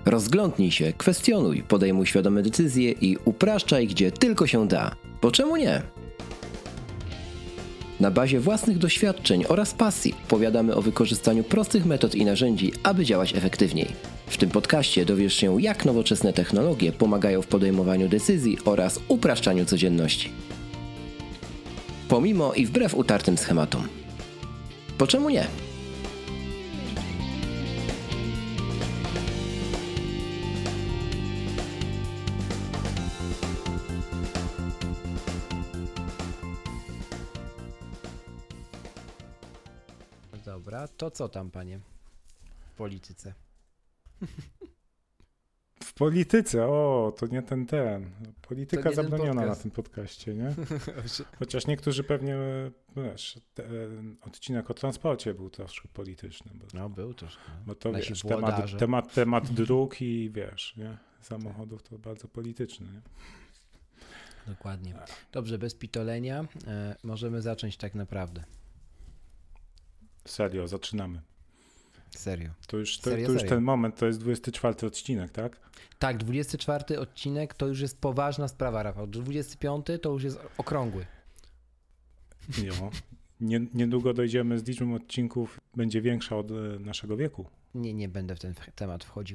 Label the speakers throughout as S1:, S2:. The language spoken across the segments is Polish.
S1: Rozglądnij się, kwestionuj, podejmuj świadome decyzje i upraszczaj, gdzie tylko się da. Bo czemu nie? Na bazie własnych doświadczeń oraz pasji opowiadamy o wykorzystaniu prostych metod i narzędzi, aby działać efektywniej. W tym podcaście dowiesz się, jak nowoczesne technologie pomagają w podejmowaniu decyzji oraz upraszczaniu codzienności. Pomimo i wbrew utartym schematom. Bo czemu nie?
S2: Dobra, to co tam, panie, w polityce?
S3: W polityce, to nie ten. Polityka
S2: nie
S3: zabroniona na tym podcaście, nie? Chociaż niektórzy pewnie, wiesz, odcinek o transporcie był troszkę polityczny.
S2: Był troszkę.
S3: Bo to wiesz, temat dróg i wiesz, nie? Samochodów to bardzo polityczny, nie?
S2: Dokładnie. Dobrze, bez pitolenia możemy zacząć tak naprawdę.
S3: Serio, zaczynamy.
S2: Serio.
S3: To już ten moment, to jest 24 odcinek, tak?
S2: Tak, 24 odcinek to już jest poważna sprawa, Rafał. 25 to już jest okrągły.
S3: Niedługo dojdziemy z liczbą odcinków, będzie większa od naszego wieku.
S2: Nie będę w ten temat wchodził.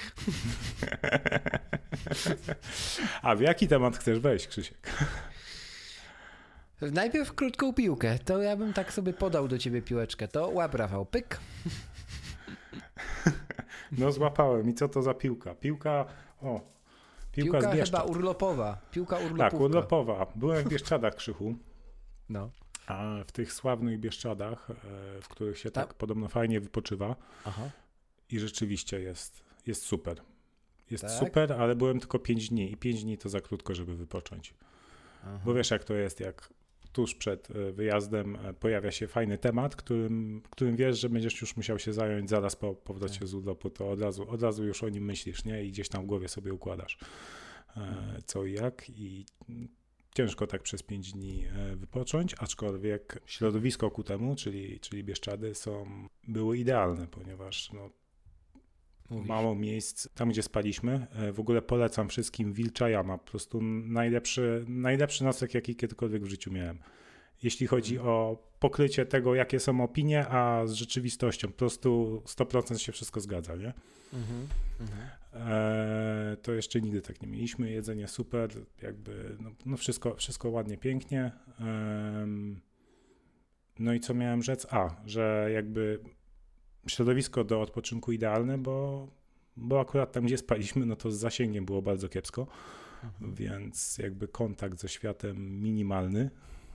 S3: A w jaki temat chcesz wejść, Krzysiek?
S2: Najpierw krótką piłkę. To ja bym tak sobie podał do ciebie piłeczkę. To łap, Rafał, pyk.
S3: No złapałem. I co to za piłka? Piłka z Bieszczad.
S2: Chyba urlopowa. Piłka urlopówka.
S3: Tak, urlopowa. Byłem w Bieszczadach, Krzychu.
S2: No.
S3: A w tych sławnych Bieszczadach, w których się tak podobno fajnie wypoczywa.
S2: Aha.
S3: I rzeczywiście jest super. Jest
S2: tak?
S3: super, ale byłem tylko 5 dni. I 5 dni to za krótko, żeby wypocząć. Aha. Bo wiesz, jak to jest, jak tuż przed wyjazdem pojawia się fajny temat, którym wiesz, że będziesz już musiał się zająć zaraz po powrocie z urlopu, to od razu już o nim myślisz, nie? I gdzieś tam w głowie sobie układasz co i jak. I ciężko tak przez 5 dni wypocząć, aczkolwiek środowisko ku temu, czyli Bieszczady były idealne, ponieważ mało miejsc, tam gdzie spaliśmy. W ogóle polecam wszystkim Wilcza Jama. Po prostu najlepszy nocleg, jaki kiedykolwiek w życiu miałem. Jeśli chodzi o pokrycie tego, jakie są opinie, a z rzeczywistością. Po prostu 100% się wszystko zgadza, nie? To jeszcze nigdy tak nie mieliśmy. Jedzenie super, jakby wszystko ładnie, pięknie. No i co miałem rzec? Że jakby środowisko do odpoczynku idealne, bo akurat tam, gdzie spaliśmy, no to z zasięgiem było bardzo kiepsko, więc jakby kontakt ze światem minimalny.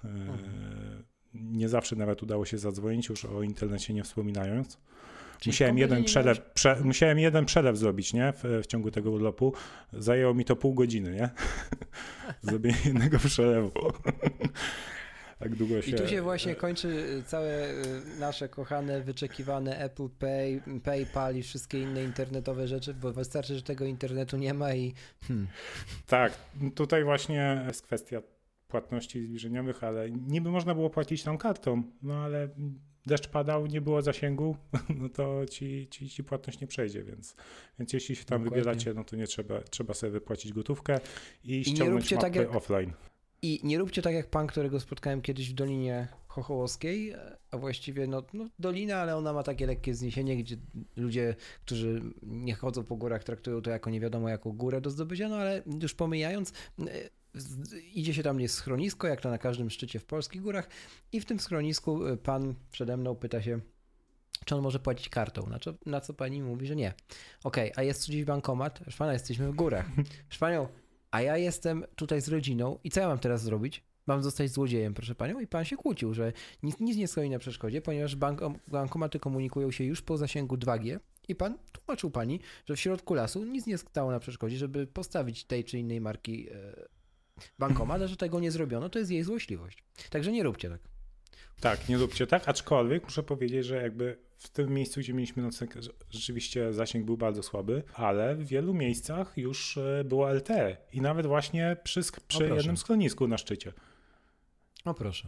S3: Nie zawsze nawet udało się zadzwonić, już o internecie nie wspominając. Musiałem jeden przelew zrobić, nie? W ciągu tego urlopu. Zajęło mi to pół godziny, nie? Zrobienie jednego przelewu. Tak długo się...
S2: I tu się właśnie kończy całe nasze kochane, wyczekiwane Apple Pay, PayPal i wszystkie inne internetowe rzeczy, bo wystarczy, że tego internetu nie ma i...
S3: Tak, tutaj właśnie jest kwestia płatności zbliżeniowych, ale niby można było płacić tam kartą, no ale deszcz padał, nie było zasięgu, no to ci płatność nie przejdzie, więc jeśli się tam wybieracie, no to nie trzeba sobie wypłacić gotówkę i ściągnąć mapy offline.
S2: I nie róbcie tak jak pan, którego spotkałem kiedyś w Dolinie Chochołowskiej, a właściwie dolina, ale ona ma takie lekkie zniesienie, gdzie ludzie, którzy nie chodzą po górach, traktują to jako nie wiadomo jaką górę do zdobycia, ale już pomijając, idzie się tam, jest schronisko, jak to na każdym szczycie w polskich górach i w tym schronisku pan przede mną pyta się, czy on może płacić kartą, na co pani mówi, że nie. Okej, a jest tu gdzieś bankomat? Proszę pana, jesteśmy w górach. Proszę panią, a ja jestem tutaj z rodziną i co ja mam teraz zrobić? Mam zostać złodziejem, proszę panią? I pan się kłócił, że nic nie stoi na przeszkodzie, ponieważ bankomaty komunikują się już po zasięgu 2G i pan tłumaczył pani, że w środku lasu nic nie stało na przeszkodzie, żeby postawić tej czy innej marki bankomat, a że tego nie zrobiono, to jest jej złośliwość. Także nie róbcie tak.
S3: Tak, nie róbcie tak, aczkolwiek muszę powiedzieć, że jakby w tym miejscu, gdzie mieliśmy nocleg, rzeczywiście zasięg był bardzo słaby, ale w wielu miejscach już było LTE i nawet właśnie przy jednym schronisku na szczycie.
S2: O proszę.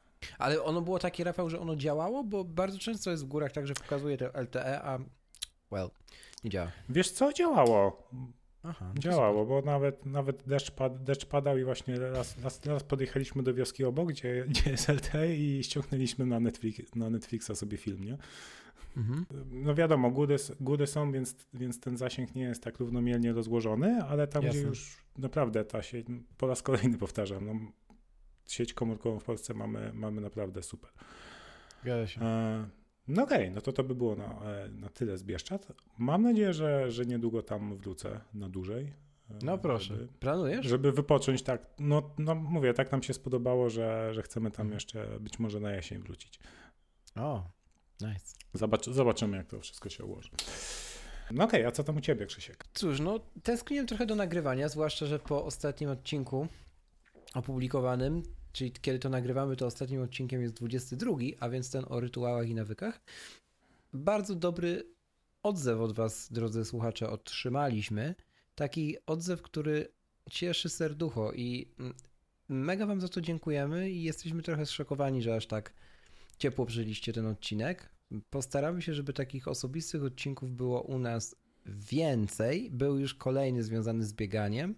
S2: Ale ono było takie, Rafał, że ono działało, bo bardzo często jest w górach tak, że pokazuje to LTE, a nie działa.
S3: Wiesz co, działało.
S2: Aha,
S3: Działało, bo nawet deszcz padał i właśnie raz podjechaliśmy do wioski obok, gdzie jest LTE i ściągnęliśmy na Netflixa sobie film, nie?
S2: Mhm.
S3: No wiadomo, góry są, więc ten zasięg nie jest tak równomiernie rozłożony, ale tam,
S2: Jasne.
S3: gdzie już naprawdę ta sieć, po raz kolejny powtarzam, no, sieć komórkową w Polsce mamy naprawdę super.
S2: Zgadza się.
S3: No okej, no to by było na tyle z Bieszczad. Mam nadzieję, że niedługo tam wrócę na dłużej.
S2: No proszę, planujesz?
S3: Żeby wypocząć, tak. No mówię, tak nam się spodobało, że chcemy tam jeszcze być może na jesień wrócić.
S2: O, nice.
S3: Zobaczymy, jak to wszystko się ułoży. No okej, a co tam u ciebie, Krzysiek?
S2: Cóż, no tęskniłem trochę do nagrywania, zwłaszcza, że po ostatnim odcinku opublikowanym, czyli kiedy to nagrywamy, to ostatnim odcinkiem jest 22, a więc ten o rytuałach i nawykach. Bardzo dobry odzew od was, drodzy słuchacze, otrzymaliśmy. Taki odzew, który cieszy serducho i mega wam za to dziękujemy i jesteśmy trochę zszokowani, że aż tak ciepło przyjęliście ten odcinek. Postaramy się, żeby takich osobistych odcinków było u nas więcej. Był już kolejny związany z bieganiem.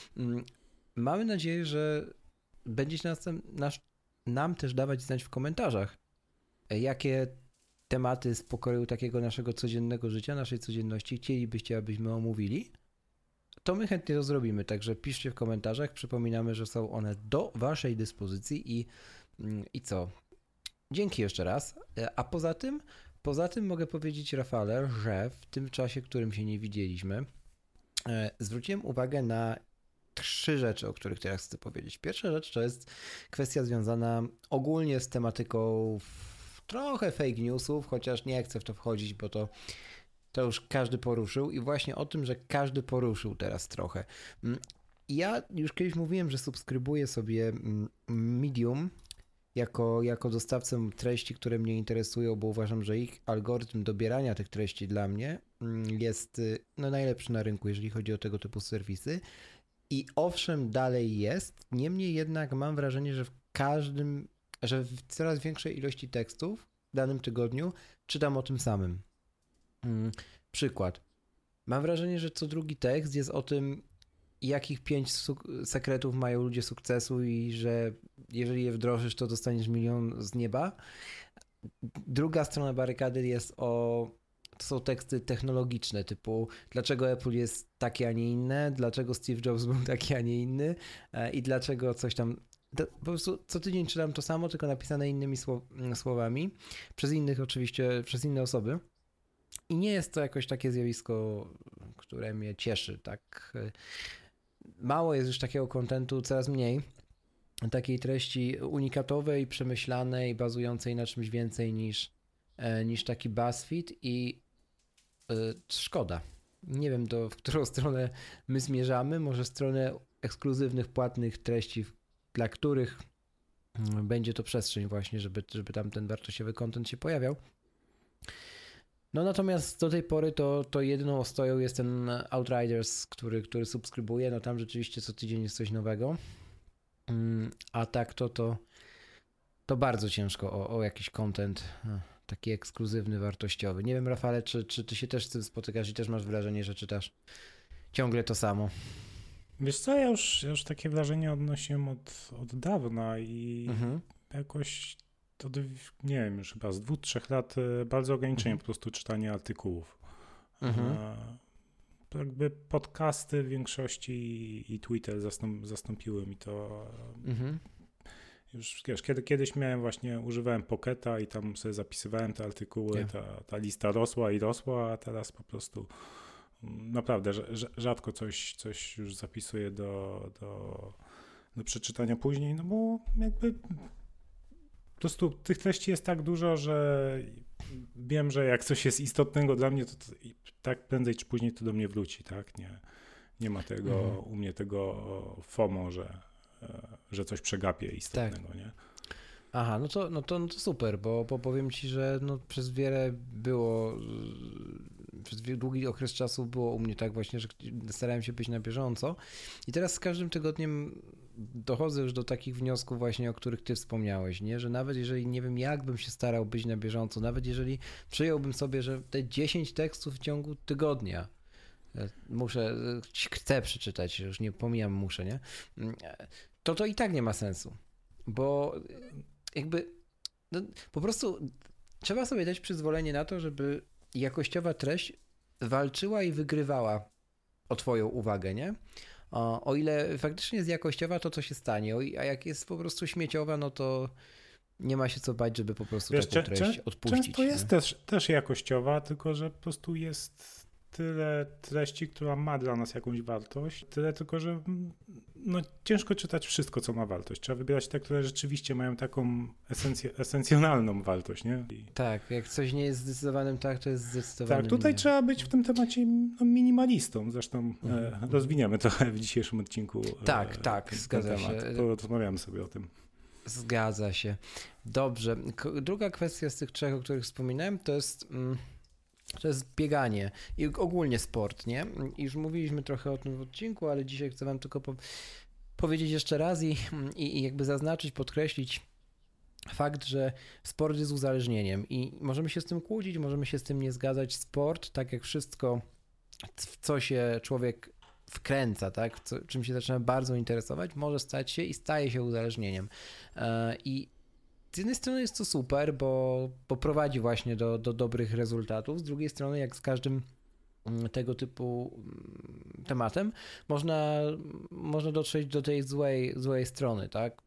S2: Mamy nadzieję, że będziecie nam też dawać znać w komentarzach, jakie tematy z pokoju takiego naszego codziennego życia, naszej codzienności chcielibyście, abyśmy omówili. To my chętnie to zrobimy, także piszcie w komentarzach. Przypominamy, że są one do waszej dyspozycji i co? Dzięki jeszcze raz. A poza tym mogę powiedzieć, Rafale, że w tym czasie, w którym się nie widzieliśmy, zwróciłem uwagę na 3 rzeczy, o których teraz chcę powiedzieć. Pierwsza rzecz to jest kwestia związana ogólnie z tematyką trochę fake newsów, chociaż nie chcę w to wchodzić, bo to już każdy poruszył i właśnie o tym, że każdy poruszył teraz trochę. Ja już kiedyś mówiłem, że subskrybuję sobie Medium jako dostawcę treści, które mnie interesują, bo uważam, że ich algorytm dobierania tych treści dla mnie jest najlepszy na rynku, jeżeli chodzi o tego typu serwisy. I owszem, dalej jest, niemniej jednak mam wrażenie, że w coraz większej ilości tekstów w danym tygodniu czytam o tym samym. Przykład. Mam wrażenie, że co drugi tekst jest o tym, jakich 5 sekretów mają ludzie sukcesu i że jeżeli je wdrożysz, to dostaniesz 1 milion z nieba. Druga strona barykady to są teksty technologiczne typu dlaczego Apple jest takie, a nie inne, dlaczego Steve Jobs był taki, a nie inny i dlaczego coś tam. Po prostu co tydzień czytam to samo, tylko napisane innymi słowami, przez inne osoby. I nie jest to jakoś takie zjawisko, które mnie cieszy, tak. Mało jest już takiego kontentu, coraz mniej takiej treści unikatowej, przemyślanej, bazującej na czymś więcej niż taki BuzzFeed i szkoda. Nie wiem, w którą stronę my zmierzamy, może w stronę ekskluzywnych, płatnych treści, dla których będzie to przestrzeń właśnie, żeby tam ten wartościowy content się pojawiał. No natomiast do tej pory to jedyną ostoją jest ten Outriders, który subskrybuję. No tam rzeczywiście co tydzień jest coś nowego. A tak to bardzo ciężko o jakiś content taki ekskluzywny, wartościowy. Nie wiem, Rafale, czy ty się też z tym spotykasz i też masz wrażenie, że czytasz ciągle to samo?
S3: Wiesz co, ja już takie wrażenie odnosiłem od dawna i jakoś to, nie wiem, już chyba z 2-3 lat bardzo ograniczenie po prostu czytania artykułów. Jakby podcasty w większości i Twitter zastąpiły mi to. Już wiesz, kiedyś używałem Pocketa i tam sobie zapisywałem te artykuły, ta lista rosła i rosła, a teraz po prostu naprawdę rzadko coś już zapisuję do przeczytania później, no bo jakby po prostu tych treści jest tak dużo, że wiem, że jak coś jest istotnego dla mnie, to tak prędzej czy później to do mnie wróci, tak? Nie ma tego u mnie tego FOMO, że coś przegapię istotnego, tak. Nie?
S2: Aha, no to super, bo powiem ci, że przez długi okres czasu było u mnie tak właśnie, że starałem się być na bieżąco i teraz z każdym tygodniem dochodzę już do takich wniosków właśnie, o których ty wspomniałeś, nie? Że nawet jeżeli nie wiem, jak bym się starał być na bieżąco, nawet jeżeli przyjąłbym sobie, że te 10 tekstów w ciągu tygodnia chcę przeczytać, już nie pomijam muszę, nie? To i tak nie ma sensu, bo jakby po prostu trzeba sobie dać przyzwolenie na to, żeby jakościowa treść walczyła i wygrywała o twoją uwagę, nie? O ile faktycznie jest jakościowa, to co się stanie, a jak jest po prostu śmieciowa, no to nie ma się co bać, żeby po prostu taką treść odpuścić.
S3: Często jest też jakościowa, tylko że po prostu jest tyle treści, która ma dla nas jakąś wartość, tyle tylko, że ciężko czytać wszystko, co ma wartość. Trzeba wybierać te, które rzeczywiście mają taką esencjonalną wartość, nie?
S2: Tak, jak coś nie jest zdecydowanym tak, to jest zdecydowanym
S3: tak, tutaj
S2: nie.
S3: trzeba być w tym temacie minimalistą. Zresztą rozwiniemy trochę w dzisiejszym odcinku.
S2: Tak, zgadza się.
S3: Porozmawiamy sobie o tym.
S2: Zgadza się. Dobrze. Druga kwestia z tych trzech, o których wspominałem, to jest bieganie i ogólnie sport, nie? I już mówiliśmy trochę o tym w odcinku, ale dzisiaj chcę wam tylko powiedzieć jeszcze raz i jakby zaznaczyć, podkreślić fakt, że sport jest uzależnieniem i możemy się z tym kłócić, możemy się z tym nie zgadzać. Sport, tak jak wszystko, w co się człowiek wkręca, tak? Czym się zaczyna bardzo interesować, może stać się i staje się uzależnieniem. I z jednej strony jest to super, bo prowadzi właśnie do dobrych rezultatów, z drugiej strony jak z każdym tego typu tematem można dotrzeć do tej złej strony, tak?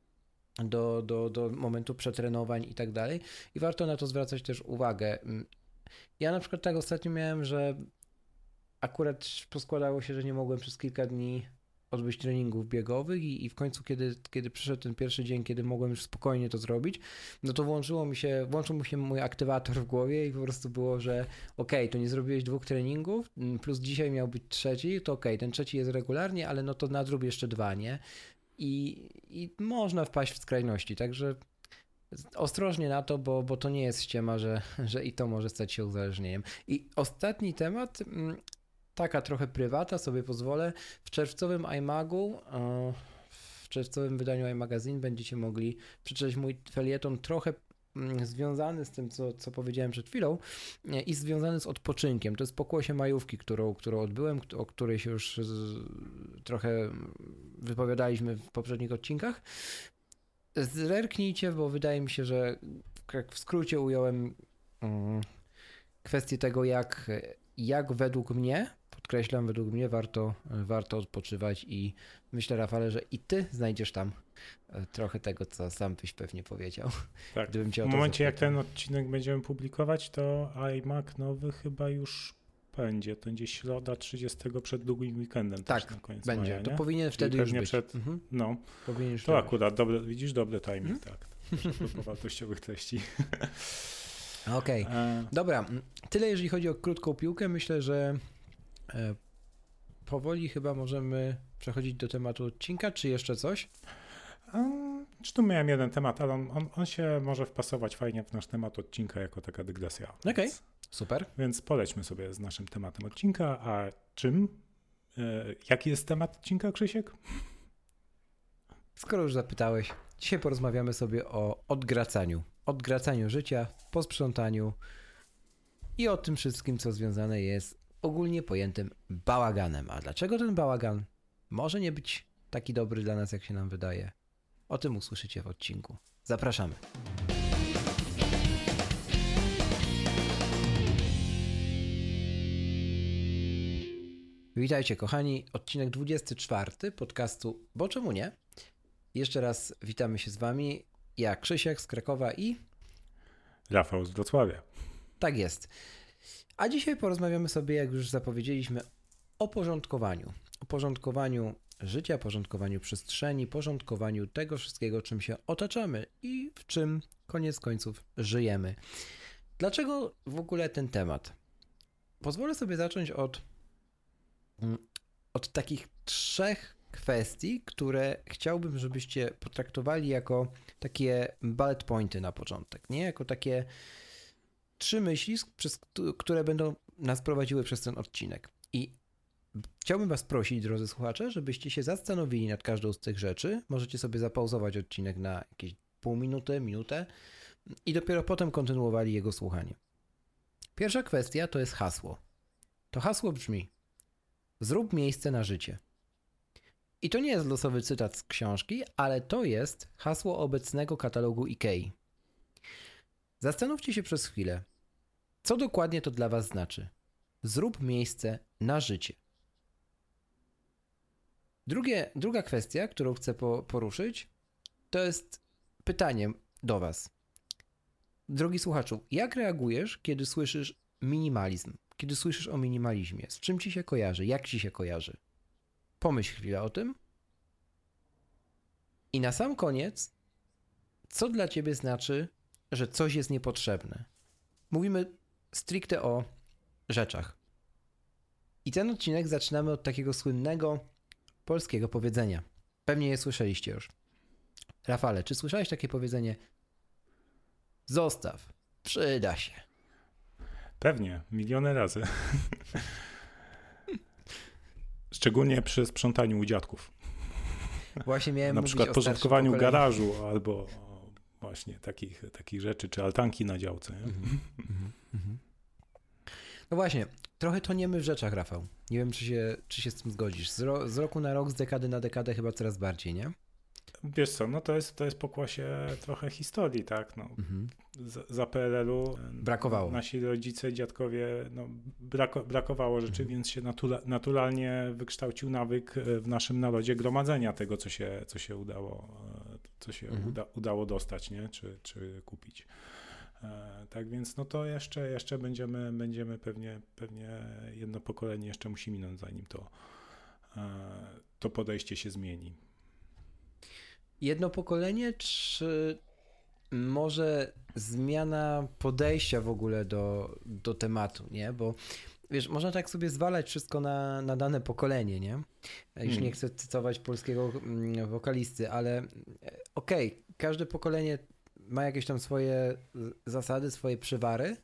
S2: Do momentu przetrenowań i tak dalej i warto na to zwracać też uwagę. Ja na przykład tak ostatnio miałem, że akurat poskładało się, że nie mogłem przez kilka dni odbyć treningów biegowych i w końcu, kiedy przyszedł ten pierwszy dzień, kiedy mogłem już spokojnie to zrobić, no to włączył mi się mój aktywator w głowie i po prostu było, że okej, to nie zrobiłeś 2 treningów, plus dzisiaj miał być trzeci, to ten trzeci jest regularnie, ale no to nadrób jeszcze 2, nie? I można wpaść w skrajności, także ostrożnie na to, bo to nie jest ściema, że i to może stać się uzależnieniem. I ostatni temat, taka trochę prywata, sobie pozwolę. W czerwcowym iMagu, w czerwcowym wydaniu iMagazine będziecie mogli przeczytać mój felieton trochę związany z tym, co powiedziałem przed chwilą i związany z odpoczynkiem. To jest pokłosie majówki, którą odbyłem, o której się już trochę wypowiadaliśmy w poprzednich odcinkach. Zerknijcie, bo wydaje mi się, że w skrócie ująłem kwestię tego, jak według mnie, podkreślam, według mnie warto odpoczywać i myślę, Rafale, że i ty znajdziesz tam trochę tego, co sam byś pewnie powiedział.
S3: Tak,
S2: gdybym cię
S3: w momencie jak ten odcinek będziemy publikować, to iMac nowy chyba już będzie. To będzie środa 30 przed długim weekendem.
S2: Tak,
S3: na koniec
S2: będzie.
S3: maja,
S2: to
S3: nie?
S2: powinien wtedy już być.
S3: No, to akurat dobry timing, tak. Po wartościowych treści.
S2: Okej. Dobra, tyle jeżeli chodzi o krótką piłkę. Myślę, że powoli chyba możemy przechodzić do tematu odcinka, czy jeszcze coś?
S3: Tu miałem jeden temat, ale on się może wpasować fajnie w nasz temat odcinka jako taka dygresja.
S2: Okej, super.
S3: Więc polećmy sobie z naszym tematem odcinka. A czym? Jaki jest temat odcinka, Krzysiek?
S2: Skoro już zapytałeś, dzisiaj porozmawiamy sobie o odgracaniu. Odgracaniu życia, posprzątaniu i o tym wszystkim, co związane jest ogólnie pojętym bałaganem. A dlaczego ten bałagan może nie być taki dobry dla nas, jak się nam wydaje? O tym usłyszycie w odcinku. Zapraszamy. Witajcie kochani, odcinek 24 podcastu Bo czemu nie? Jeszcze raz witamy się z wami. Ja Krzysiek z Krakowa i
S3: Rafał z Wrocławia.
S2: Tak jest. A dzisiaj porozmawiamy sobie, jak już zapowiedzieliśmy, o porządkowaniu. O porządkowaniu życia, porządkowaniu przestrzeni, porządkowaniu tego wszystkiego, czym się otaczamy i w czym koniec końców żyjemy. Dlaczego w ogóle ten temat? Pozwolę sobie zacząć od takich 3 kwestii, które chciałbym, żebyście potraktowali jako takie bullet pointy na początek, nie? Jako takie 3 myśli, które będą nas prowadziły przez ten odcinek. I chciałbym was prosić, drodzy słuchacze, żebyście się zastanowili nad każdą z tych rzeczy. Możecie sobie zapauzować odcinek na jakieś pół minuty, minutę i dopiero potem kontynuowali jego słuchanie. Pierwsza kwestia to jest hasło. To hasło brzmi: zrób miejsce na życie. I to nie jest losowy cytat z książki, ale to jest hasło obecnego katalogu IKEA. Zastanówcie się przez chwilę, co dokładnie to dla was znaczy. Zrób miejsce na życie. Druga kwestia, którą chcę poruszyć, to jest pytanie do was. Drogi słuchaczu, jak reagujesz, kiedy słyszysz minimalizm? Kiedy słyszysz o minimalizmie? Z czym ci się kojarzy? Jak ci się kojarzy? Pomyśl chwilę o tym. I na sam koniec, co dla ciebie znaczy, że coś jest niepotrzebne? Mówimy stricte o rzeczach. I ten odcinek zaczynamy od takiego słynnego polskiego powiedzenia. Pewnie je słyszeliście już. Rafale, czy słyszałeś takie powiedzenie? Zostaw, przyda się.
S3: Pewnie, miliony razy. Szczególnie przy sprzątaniu u dziadków.
S2: Właśnie miałem
S3: na
S2: mówić
S3: przykład
S2: o
S3: porządkowaniu
S2: pokoleniu.
S3: garażu albo właśnie takich rzeczy, czy altanki na działce. Nie?
S2: No właśnie, trochę toniemy w rzeczach, Rafał. Nie wiem, czy się z tym zgodzisz. Z roku na rok, z dekady na dekadę chyba coraz bardziej, nie?
S3: Wiesz co, no to jest pokłosie trochę historii, tak? No, za PRL-u
S2: brakowało.
S3: Nasi rodzice, dziadkowie, no, brakowało rzeczy, więc się naturalnie wykształcił nawyk w naszym narodzie gromadzenia tego, co się udało dostać, nie? Czy kupić. Tak więc no to jeszcze będziemy pewnie jedno pokolenie jeszcze musi minąć, zanim to podejście się zmieni.
S2: Jedno pokolenie, czy może zmiana podejścia w ogóle do tematu, nie? Bo wiesz, można tak sobie zwalać wszystko na dane pokolenie, nie? Już nie chcę cytować polskiego wokalisty, ale okej, każde pokolenie ma jakieś tam swoje zasady, swoje przywary,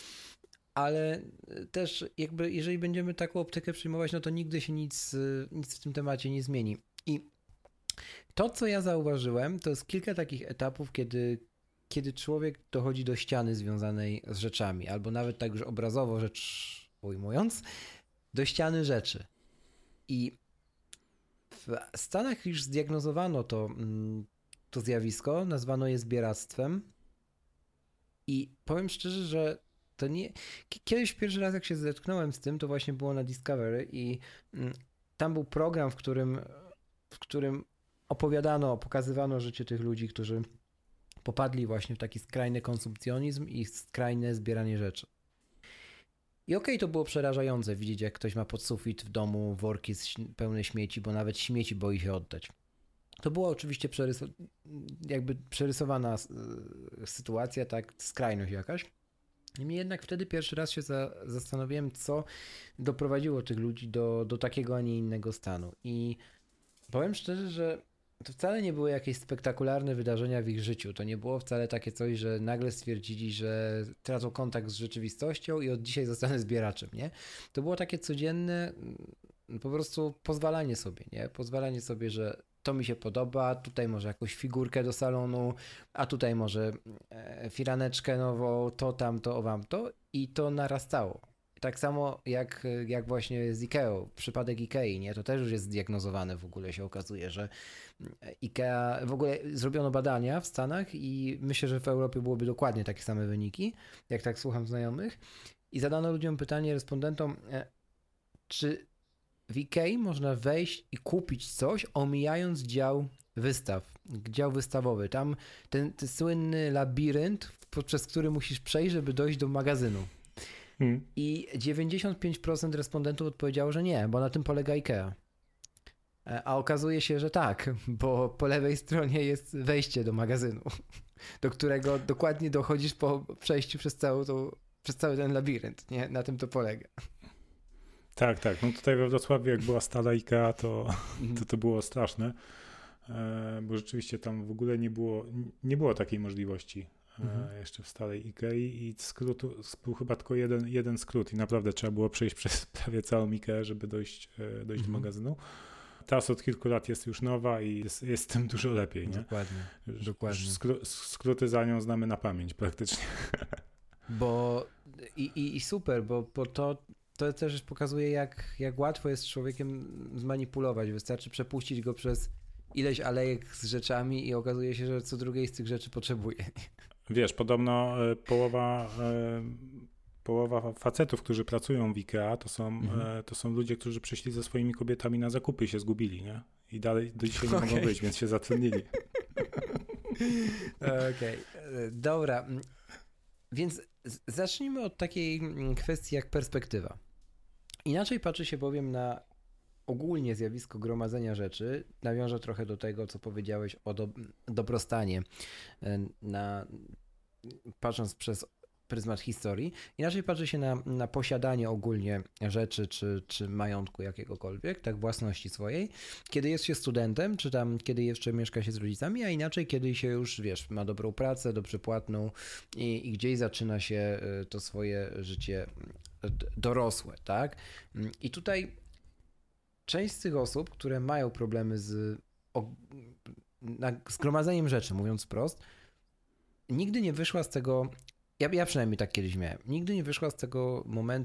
S2: ale też jakby jeżeli będziemy taką optykę przyjmować, no to nigdy się nic w tym temacie nie zmieni. I to, co ja zauważyłem, to jest kilka takich etapów, kiedy człowiek dochodzi do ściany związanej z rzeczami, albo nawet tak już obrazowo rzecz ujmując, do ściany rzeczy. I w Stanach już zdiagnozowano to zjawisko, nazwano je zbieractwem i powiem szczerze, że to nie... Kiedyś pierwszy raz, jak się zetknąłem z tym, to właśnie było na Discovery i tam był program, w którym pokazywano życie tych ludzi, którzy popadli właśnie w taki skrajny konsumpcjonizm i skrajne zbieranie rzeczy. I to było przerażające widzieć, jak ktoś ma pod sufit w domu worki pełne śmieci, bo nawet śmieci boi się oddać. To była oczywiście przerysowana sytuacja, tak, skrajność jakaś. Niemniej jednak wtedy pierwszy raz się zastanowiłem, co doprowadziło tych ludzi do takiego, a nie innego stanu. I powiem szczerze, że to wcale nie były jakieś spektakularne wydarzenia w ich życiu. To nie było wcale takie coś, że nagle stwierdzili, że tracą kontakt z rzeczywistością i od dzisiaj zostanę zbieraczem, nie? To było takie codzienne po prostu pozwalanie sobie, nie? Pozwalanie sobie, że to mi się podoba, tutaj może jakąś figurkę do salonu, a tutaj może firaneczkę nową, to tamto, owamto i to narastało. Tak samo jak właśnie z Ikeą, przypadek Ikei, nie? To też już jest zdiagnozowane w ogóle, się okazuje, że Ikea, w ogóle zrobiono badania w Stanach i myślę, że w Europie byłoby dokładnie takie same wyniki, jak tak słucham znajomych i zadano ludziom pytanie, respondentom, czy w Ikei można wejść i kupić coś, omijając dział wystawowy. Tam ten słynny labirynt, przez który musisz przejść, żeby dojść do magazynu. I 95% respondentów odpowiedziało, że nie, bo na tym polega Ikea. A okazuje się, że tak, bo po lewej stronie jest wejście do magazynu, do którego dokładnie dochodzisz po przejściu przez cały ten labirynt, nie? Na tym to polega.
S3: Tak. No tutaj we Wrocławiu, jak była stara Ikea, to było straszne, bo rzeczywiście tam w ogóle nie było takiej możliwości jeszcze w starej Ikei i był chyba tylko jeden skrót i naprawdę trzeba było przejść przez prawie całą Ikeę, żeby dojść do magazynu. Teraz od kilku lat jest już nowa i jest z tym dużo lepiej. Nie?
S2: Dokładnie.
S3: Skróty za nią znamy na pamięć praktycznie.
S2: Bo i super, bo to też pokazuje, jak łatwo jest człowiekiem zmanipulować. Wystarczy przepuścić go przez ileś alejek z rzeczami i okazuje się, że co drugiej z tych rzeczy potrzebuje.
S3: Wiesz, podobno połowa facetów, którzy pracują w IKEA, to są ludzie, którzy przyszli ze swoimi kobietami na zakupy i się zgubili, nie? I dalej do dzisiaj nie mogą być, więc się zatrudnili.
S2: Okej, dobra. Więc zacznijmy od takiej kwestii jak perspektywa. Inaczej patrzy się bowiem na ogólnie zjawisko gromadzenia rzeczy. Nawiążę trochę do tego, co powiedziałeś o dobrostanie, patrząc przez pryzmat historii. Inaczej patrzy się na posiadanie ogólnie rzeczy czy majątku jakiegokolwiek, tak, własności swojej, kiedy jest się studentem, czy tam kiedy jeszcze mieszka się z rodzicami, a inaczej kiedy się już, wiesz, ma dobrą pracę, dobrze płatną i gdzieś zaczyna się to swoje życie dorosłe, tak? I tutaj część z tych osób, które mają problemy z gromadzeniem rzeczy, mówiąc wprost, nigdy nie wyszła z tego. Ja przynajmniej tak kiedyś miałem. Nigdy nie wyszła z tego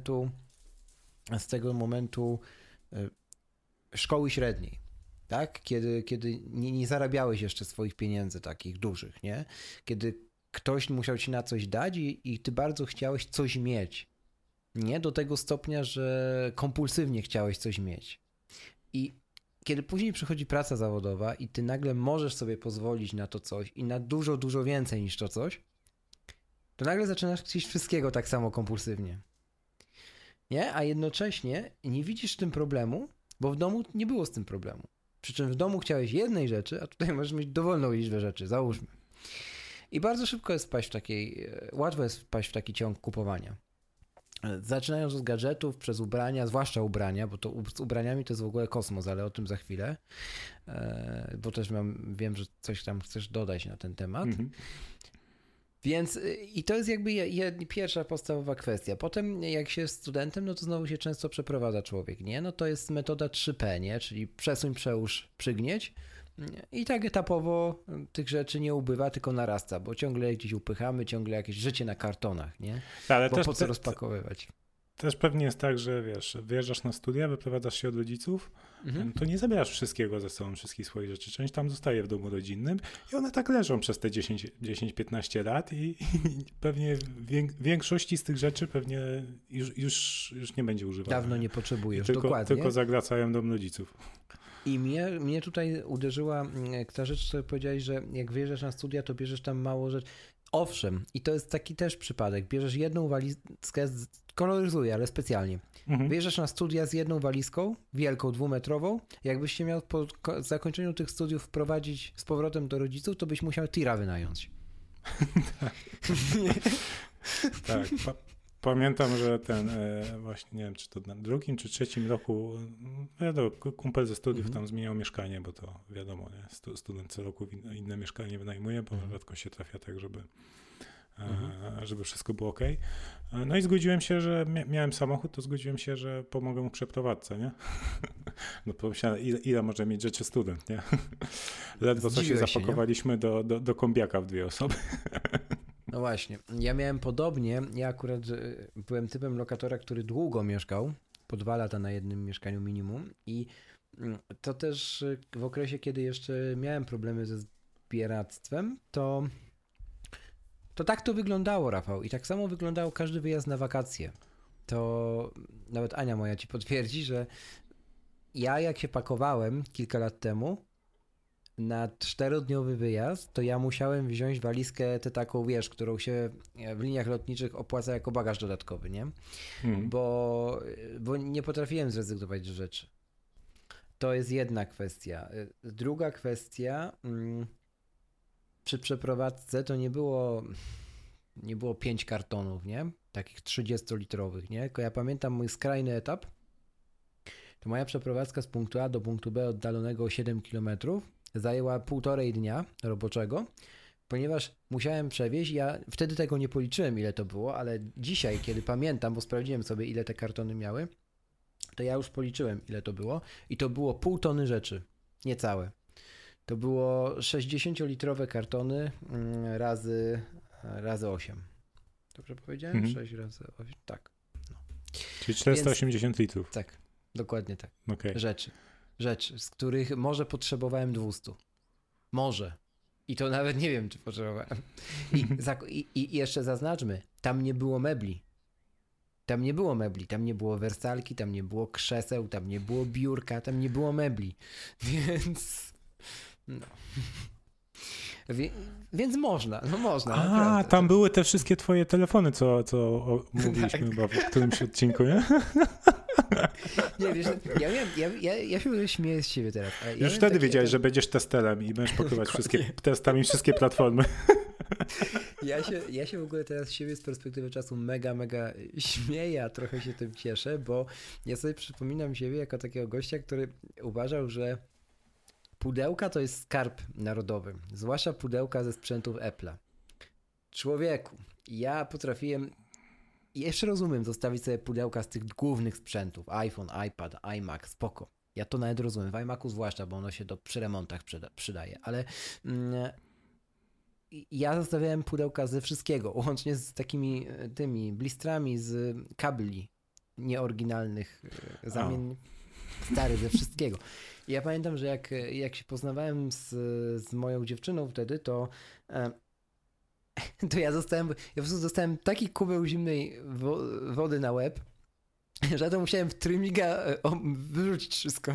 S2: momentu szkoły średniej, tak? Kiedy nie zarabiałeś jeszcze swoich pieniędzy takich dużych, nie? Kiedy ktoś musiał ci na coś dać i ty bardzo chciałeś coś mieć. Nie do tego stopnia, że kompulsywnie chciałeś coś mieć. I kiedy później przychodzi praca zawodowa i ty nagle możesz sobie pozwolić na to coś i na dużo, dużo więcej niż to coś, to nagle zaczynasz chcieć wszystkiego tak samo kompulsywnie. Nie? A jednocześnie nie widzisz w tym problemu, bo w domu nie było z tym problemu. Przy czym w domu chciałeś jednej rzeczy, a tutaj możesz mieć dowolną liczbę rzeczy, załóżmy. I bardzo szybko jest łatwo jest wpaść w taki ciąg kupowania. Zaczynając od gadżetów, przez ubrania, zwłaszcza ubrania, bo to z ubraniami to jest w ogóle kosmos, ale o tym za chwilę, bo też wiem, że coś tam chcesz dodać na ten temat. Więc i to jest jakby pierwsza podstawowa kwestia. Potem jak się jest studentem, no to znowu się często przeprowadza człowiek, nie? No to jest metoda 3P, nie? Czyli przesuń, przełóż, przygnieć. I tak etapowo tych rzeczy nie ubywa, tylko narasta, bo ciągle gdzieś upychamy, ciągle jakieś życie na kartonach, nie?
S3: Ale
S2: bo po co rozpakowywać?
S3: Też pewnie jest tak, że wiesz, wyjeżdżasz na studia, wyprowadzasz się od rodziców, to nie zabierasz wszystkiego ze sobą, wszystkich swoich rzeczy. Część tam zostaje w domu rodzinnym i one tak leżą przez te 10-15 lat i pewnie większości z tych rzeczy pewnie już nie będzie używane.
S2: Dawno nie potrzebujesz,
S3: dokładnie. Tylko zagracają dom rodziców.
S2: I mnie tutaj uderzyła ta rzecz, co powiedziałeś, że jak wyjeżdżasz na studia, to bierzesz tam mało rzeczy. Owszem, i to jest taki też przypadek. Bierzesz jedną walizkę, koloryzuję, ale specjalnie. Wyjeżdżasz na studia z jedną walizką, wielką, 2-metrową. Jakbyś się miał po zakończeniu tych studiów wprowadzić z powrotem do rodziców, to byś musiał tira wynająć.
S3: Tak. Pamiętam, że właśnie nie wiem, czy to na drugim czy trzecim roku, wiadomo, kumpel ze studiów tam zmieniał mieszkanie, bo to wiadomo, nie? Student co roku inne mieszkanie wynajmuje, bo rzadko się trafia tak, żeby wszystko było ok. No i zgodziłem się, że miałem samochód, to zgodziłem się, że pomogę mu przeprowadzce, nie? No pomyślałem, ile może mieć rzeczy student, nie? Ledwo co się zapakowaliśmy do kombiaka w 2 osoby.
S2: No właśnie, ja miałem podobnie, ja akurat byłem typem lokatora, który długo mieszkał, po 2 lata na jednym mieszkaniu minimum i to też w okresie, kiedy jeszcze miałem problemy ze zbieractwem, to tak to wyglądało, Rafał, i tak samo wyglądał każdy wyjazd na wakacje. To nawet Ania moja ci potwierdzi, że ja jak się pakowałem kilka lat temu, na 4-dniowy wyjazd, to ja musiałem wziąć walizkę tę taką, wiesz, którą się w liniach lotniczych opłaca jako bagaż dodatkowy, nie? Bo nie potrafiłem zrezygnować z rzeczy. To jest jedna kwestia. Druga kwestia, przy przeprowadzce to nie było 5 kartonów, nie? Takich 30-litrowych, nie? Tylko ja pamiętam mój skrajny etap, to moja przeprowadzka z punktu A do punktu B oddalonego o 7 km zajęła 1,5 dnia roboczego ponieważ musiałem przewieźć, ja wtedy tego nie policzyłem, ile to było, ale dzisiaj, kiedy pamiętam, bo sprawdziłem sobie, ile te kartony miały, to ja już policzyłem, ile to było i to było 0,5 tony rzeczy, niecałe. To było 60-litrowe kartony razy 8. Dobrze powiedziałem? 6 razy 8, tak. No.
S3: Czyli 480 litrów.
S2: Tak, dokładnie tak.
S3: Okay.
S2: Rzeczy, z których może potrzebowałem 200. Może. I to nawet nie wiem, czy potrzebowałem. I jeszcze zaznaczmy, tam nie było mebli. Tam nie było wersalki, tam nie było krzeseł, tam nie było biurka, tam nie było mebli. Więc... No. Więc można. Naprawdę.
S3: Tam były te wszystkie twoje telefony, co mówiliśmy chyba w którymś odcinku, nie?
S2: Nie, wiesz, ja się śmieję z siebie teraz.
S3: Już wtedy wiedziałeś, że będziesz testerem i będziesz pokrywać testami wszystkie platformy.
S2: Ja się w ogóle teraz z siebie z perspektywy czasu mega śmieję, a trochę się tym cieszę, bo ja sobie przypominam siebie jako takiego gościa, który uważał, że pudełka to jest skarb narodowy, zwłaszcza pudełka ze sprzętów Apple'a. Człowieku, ja potrafiłem, jeszcze rozumiem, zostawić sobie pudełka z tych głównych sprzętów, iPhone, iPad, iMac, spoko. Ja to nawet rozumiem, w iMacu zwłaszcza, bo ono się przy remontach przydaje, ale ja zostawiałem pudełka ze wszystkiego, łącznie z takimi tymi blistrami z kabli nieoryginalnych, zamień stary ze wszystkiego. I ja pamiętam, że jak się poznawałem z moją dziewczyną wtedy, to ja po prostu dostałem taki kubeł zimnej wody na łeb, że ja to musiałem w trymiga wyrzucić wszystko.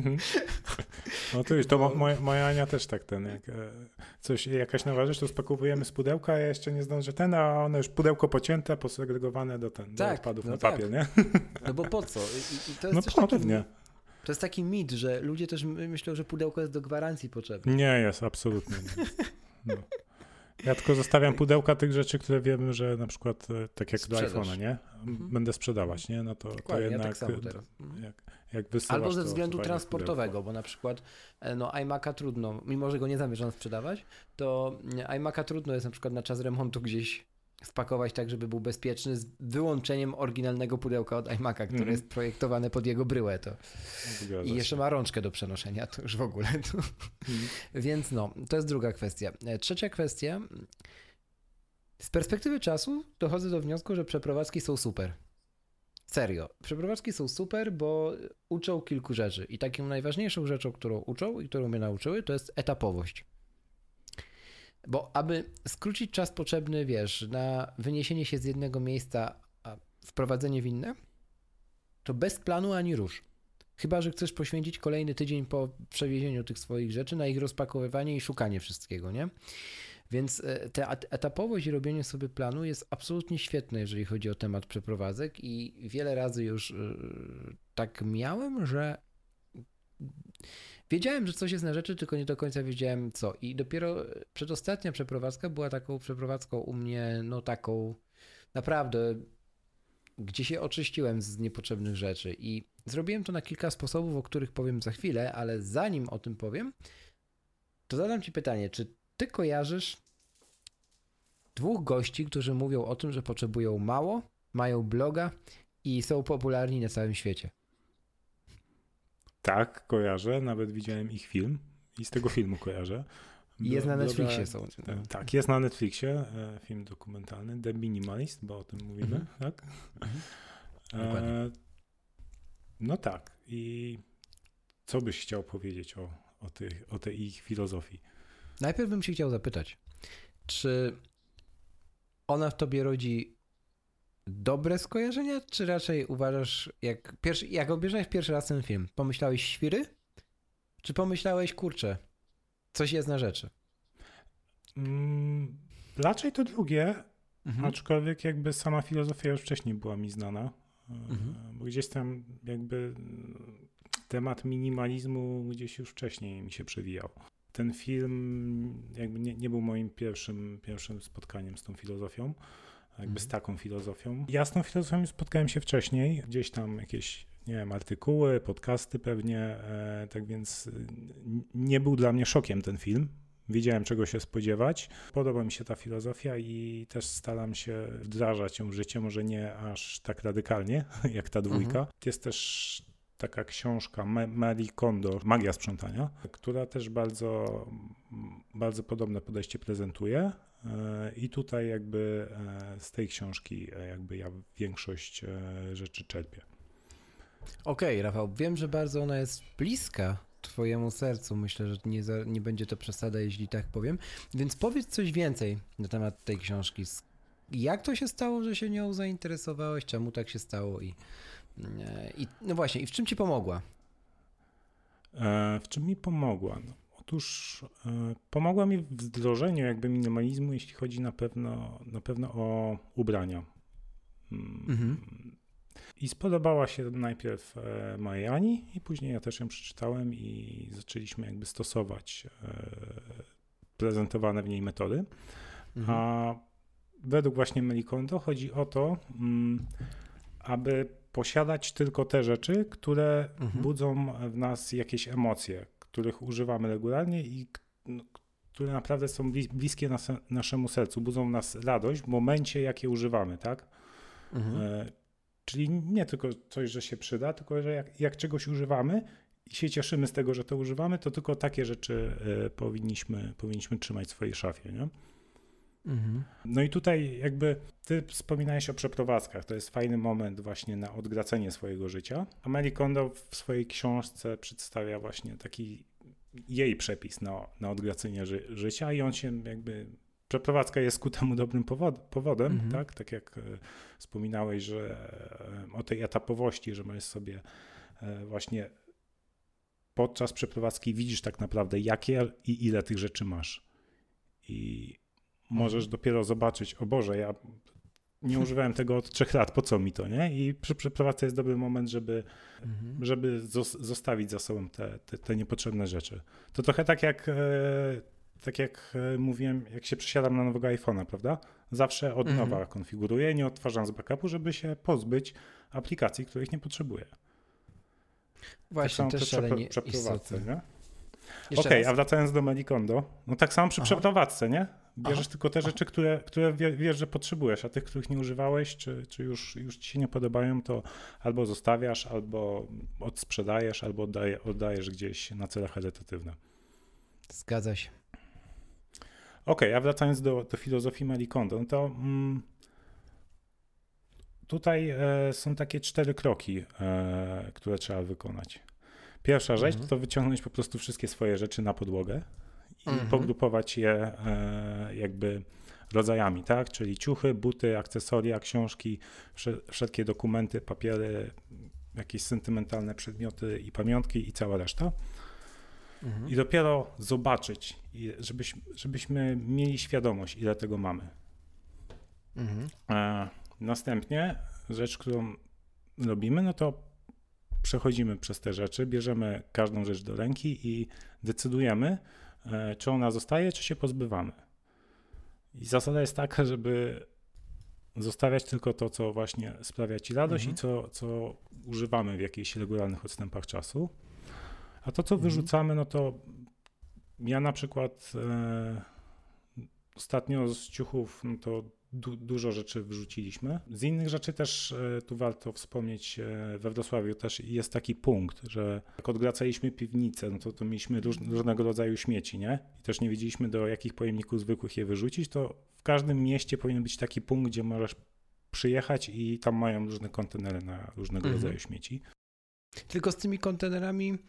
S3: No to już, to moja Ania też tak jak jakaś nowa rzecz, to spakowujemy z pudełka, a ja jeszcze nie zdążę a one już pudełko pocięte, posegregowane do odpadów na papier, nie?
S2: No bo po co? I to jest
S3: pewnie.
S2: To jest taki mit, że ludzie też myślą, że pudełko jest do gwarancji potrzebne.
S3: Nie jest, absolutnie nie. No. Ja tylko zostawiam pudełka tych rzeczy, które wiem, że na przykład tak jak do iPhone'a, nie? Będę sprzedawać, nie? No to jednak
S2: ja tak samo teraz.
S3: Jak wysyłasz,
S2: albo ze względu transportowego, bo na przykład iMac'a trudno, mimo że go nie zamierzam sprzedawać, to iMac'a trudno jest na przykład na czas remontu gdzieś spakować tak, żeby był bezpieczny, z wyłączeniem oryginalnego pudełka od iMac'a, które jest projektowane pod jego bryłę. I jeszcze ma rączkę do przenoszenia, to już w ogóle. Więc to jest druga kwestia. Trzecia kwestia. Z perspektywy czasu dochodzę do wniosku, że przeprowadzki są super. Serio. Przeprowadzki są super, bo uczą kilku rzeczy. I taką najważniejszą rzeczą, którą uczą i którą mnie nauczyły, to jest etapowość. Bo aby skrócić czas potrzebny, na wyniesienie się z jednego miejsca, a wprowadzenie w inne, to bez planu ani rusz. Chyba że chcesz poświęcić kolejny tydzień po przewiezieniu tych swoich rzeczy na ich rozpakowywanie i szukanie wszystkiego, nie? Więc ta etapowość i robienie sobie planu jest absolutnie świetne, jeżeli chodzi o temat przeprowadzek i wiele razy już tak miałem, że wiedziałem, że coś jest na rzeczy, tylko nie do końca wiedziałem co. I dopiero przedostatnia przeprowadzka była taką przeprowadzką u mnie, taką naprawdę, gdzie się oczyściłem z niepotrzebnych rzeczy. I zrobiłem to na kilka sposobów, o których powiem za chwilę, ale zanim o tym powiem, to zadam ci pytanie, czy ty kojarzysz 2 gości, którzy mówią o tym, że potrzebują mało, mają bloga i są popularni na całym świecie?
S3: Tak, kojarzę. Nawet widziałem ich film i z tego filmu kojarzę.
S2: I jest na Netflixie są.
S3: Tak, jest na Netflixie film dokumentalny The Minimalist, bo o tym mówimy, tak?
S2: Dokładnie.
S3: No tak. I co byś chciał powiedzieć o tej ich filozofii?
S2: Najpierw bym się chciał zapytać, czy ona w tobie rodzi dobre skojarzenia, czy raczej uważasz, jak obejrzałeś pierwszy raz ten film, pomyślałeś świry? Czy pomyślałeś, kurczę, coś jest na rzeczy?
S3: Raczej to drugie, aczkolwiek jakby sama filozofia już wcześniej była mi znana, bo gdzieś tam jakby temat minimalizmu gdzieś już wcześniej mi się przewijał. Ten film jakby nie był moim pierwszym spotkaniem z tą filozofią, z taką filozofią. Ja z tą filozofią spotkałem się wcześniej, gdzieś tam jakieś, nie wiem, artykuły, podcasty pewnie, tak więc nie był dla mnie szokiem ten film, wiedziałem, czego się spodziewać. Podoba mi się ta filozofia i też staram się wdrażać ją w życie, może nie aż tak radykalnie, jak ta dwójka. Jest też taka książka Marie Kondo, Magia sprzątania, która też bardzo, bardzo podobne podejście prezentuje. I tutaj jakby z tej książki jakby ja większość rzeczy czerpię.
S2: Okej, Rafał, wiem, że bardzo ona jest bliska twojemu sercu. Myślę, że nie będzie to przesada, jeśli tak powiem. Więc powiedz coś więcej na temat tej książki. Jak to się stało, że się nią zainteresowałeś? Czemu tak się stało? I no właśnie, i w czym ci pomogła?
S3: W czym mi pomogła? No, otóż pomogła mi w wdrożeniu jakby minimalizmu, jeśli chodzi na pewno o ubrania. I spodobała się najpierw mojej Ani i później ja też ją przeczytałem i zaczęliśmy jakby stosować prezentowane w niej metody. A według właśnie Marie Kondo chodzi o to, aby posiadać tylko te rzeczy, które budzą w nas jakieś emocje, których używamy regularnie i które naprawdę są bliskie naszemu sercu, budzą w nas radość w momencie, jak je używamy, tak? Czyli nie tylko coś, że się przyda, tylko że jak czegoś używamy i się cieszymy z tego, że to używamy, to tylko takie rzeczy powinniśmy trzymać w swojej szafie, nie? No i tutaj jakby ty wspominałeś o przeprowadzkach, to jest fajny moment właśnie na odgracenie swojego życia, a Marie Kondo w swojej książce przedstawia właśnie taki jej przepis na odgracenie życia i on się jakby, przeprowadzka jest ku temu dobrym powodem, tak jak wspominałeś, że o tej etapowości, że możesz sobie właśnie podczas przeprowadzki widzisz tak naprawdę jakie i ile tych rzeczy masz i możesz dopiero zobaczyć, o Boże, ja nie używałem tego od 3 lat, po co mi to, nie? I przy przeprowadzce jest dobry moment, żeby zostawić za sobą te niepotrzebne rzeczy. To trochę tak jak mówiłem, jak się przesiadam na nowego iPhone'a, prawda? Zawsze od nowa konfiguruję, nie odtwarzam z backupu, żeby się pozbyć aplikacji, których nie potrzebuję.
S2: Właśnie,
S3: tak
S2: też
S3: samo przy przeprowadzce, nie? Okej, a wracając do Marie Kondo, no tak samo przy przeprowadzce, nie? Bierzesz tylko te rzeczy, które wiesz, że potrzebujesz, a tych, których nie używałeś, czy już ci się nie podobają, to albo zostawiasz, albo odsprzedajesz, albo oddajesz gdzieś na cele charytatywne.
S2: Zgadza się.
S3: Okej, a wracając do filozofii Marie Kondo, no to tutaj są takie 4 kroki, które trzeba wykonać. Pierwsza rzecz to wyciągnąć po prostu wszystkie swoje rzeczy na podłogę i pogrupować je jakby rodzajami, tak? Czyli ciuchy, buty, akcesoria, książki, wszelkie dokumenty, papiery, jakieś sentymentalne przedmioty i pamiątki i cała reszta. I dopiero zobaczyć, żebyśmy mieli świadomość, ile tego mamy. Następnie rzecz, którą robimy, no to przechodzimy przez te rzeczy, bierzemy każdą rzecz do ręki i decydujemy, czy ona zostaje, czy się pozbywamy. I zasada jest taka, żeby zostawiać tylko to, co właśnie sprawia ci radość i co używamy w jakichś regularnych odstępach czasu. A to, co wyrzucamy, no to ja na przykład ostatnio z ciuchów, no to dużo rzeczy wyrzuciliśmy. Z innych rzeczy też tu warto wspomnieć, we Wrocławiu też jest taki punkt, że jak odgracaliśmy piwnicę, no to mieliśmy różnego rodzaju śmieci, nie? I też nie wiedzieliśmy, do jakich pojemników zwykłych je wyrzucić, to w każdym mieście powinien być taki punkt, gdzie możesz przyjechać i tam mają różne kontenery na różnego rodzaju śmieci.
S2: Tylko z tymi kontenerami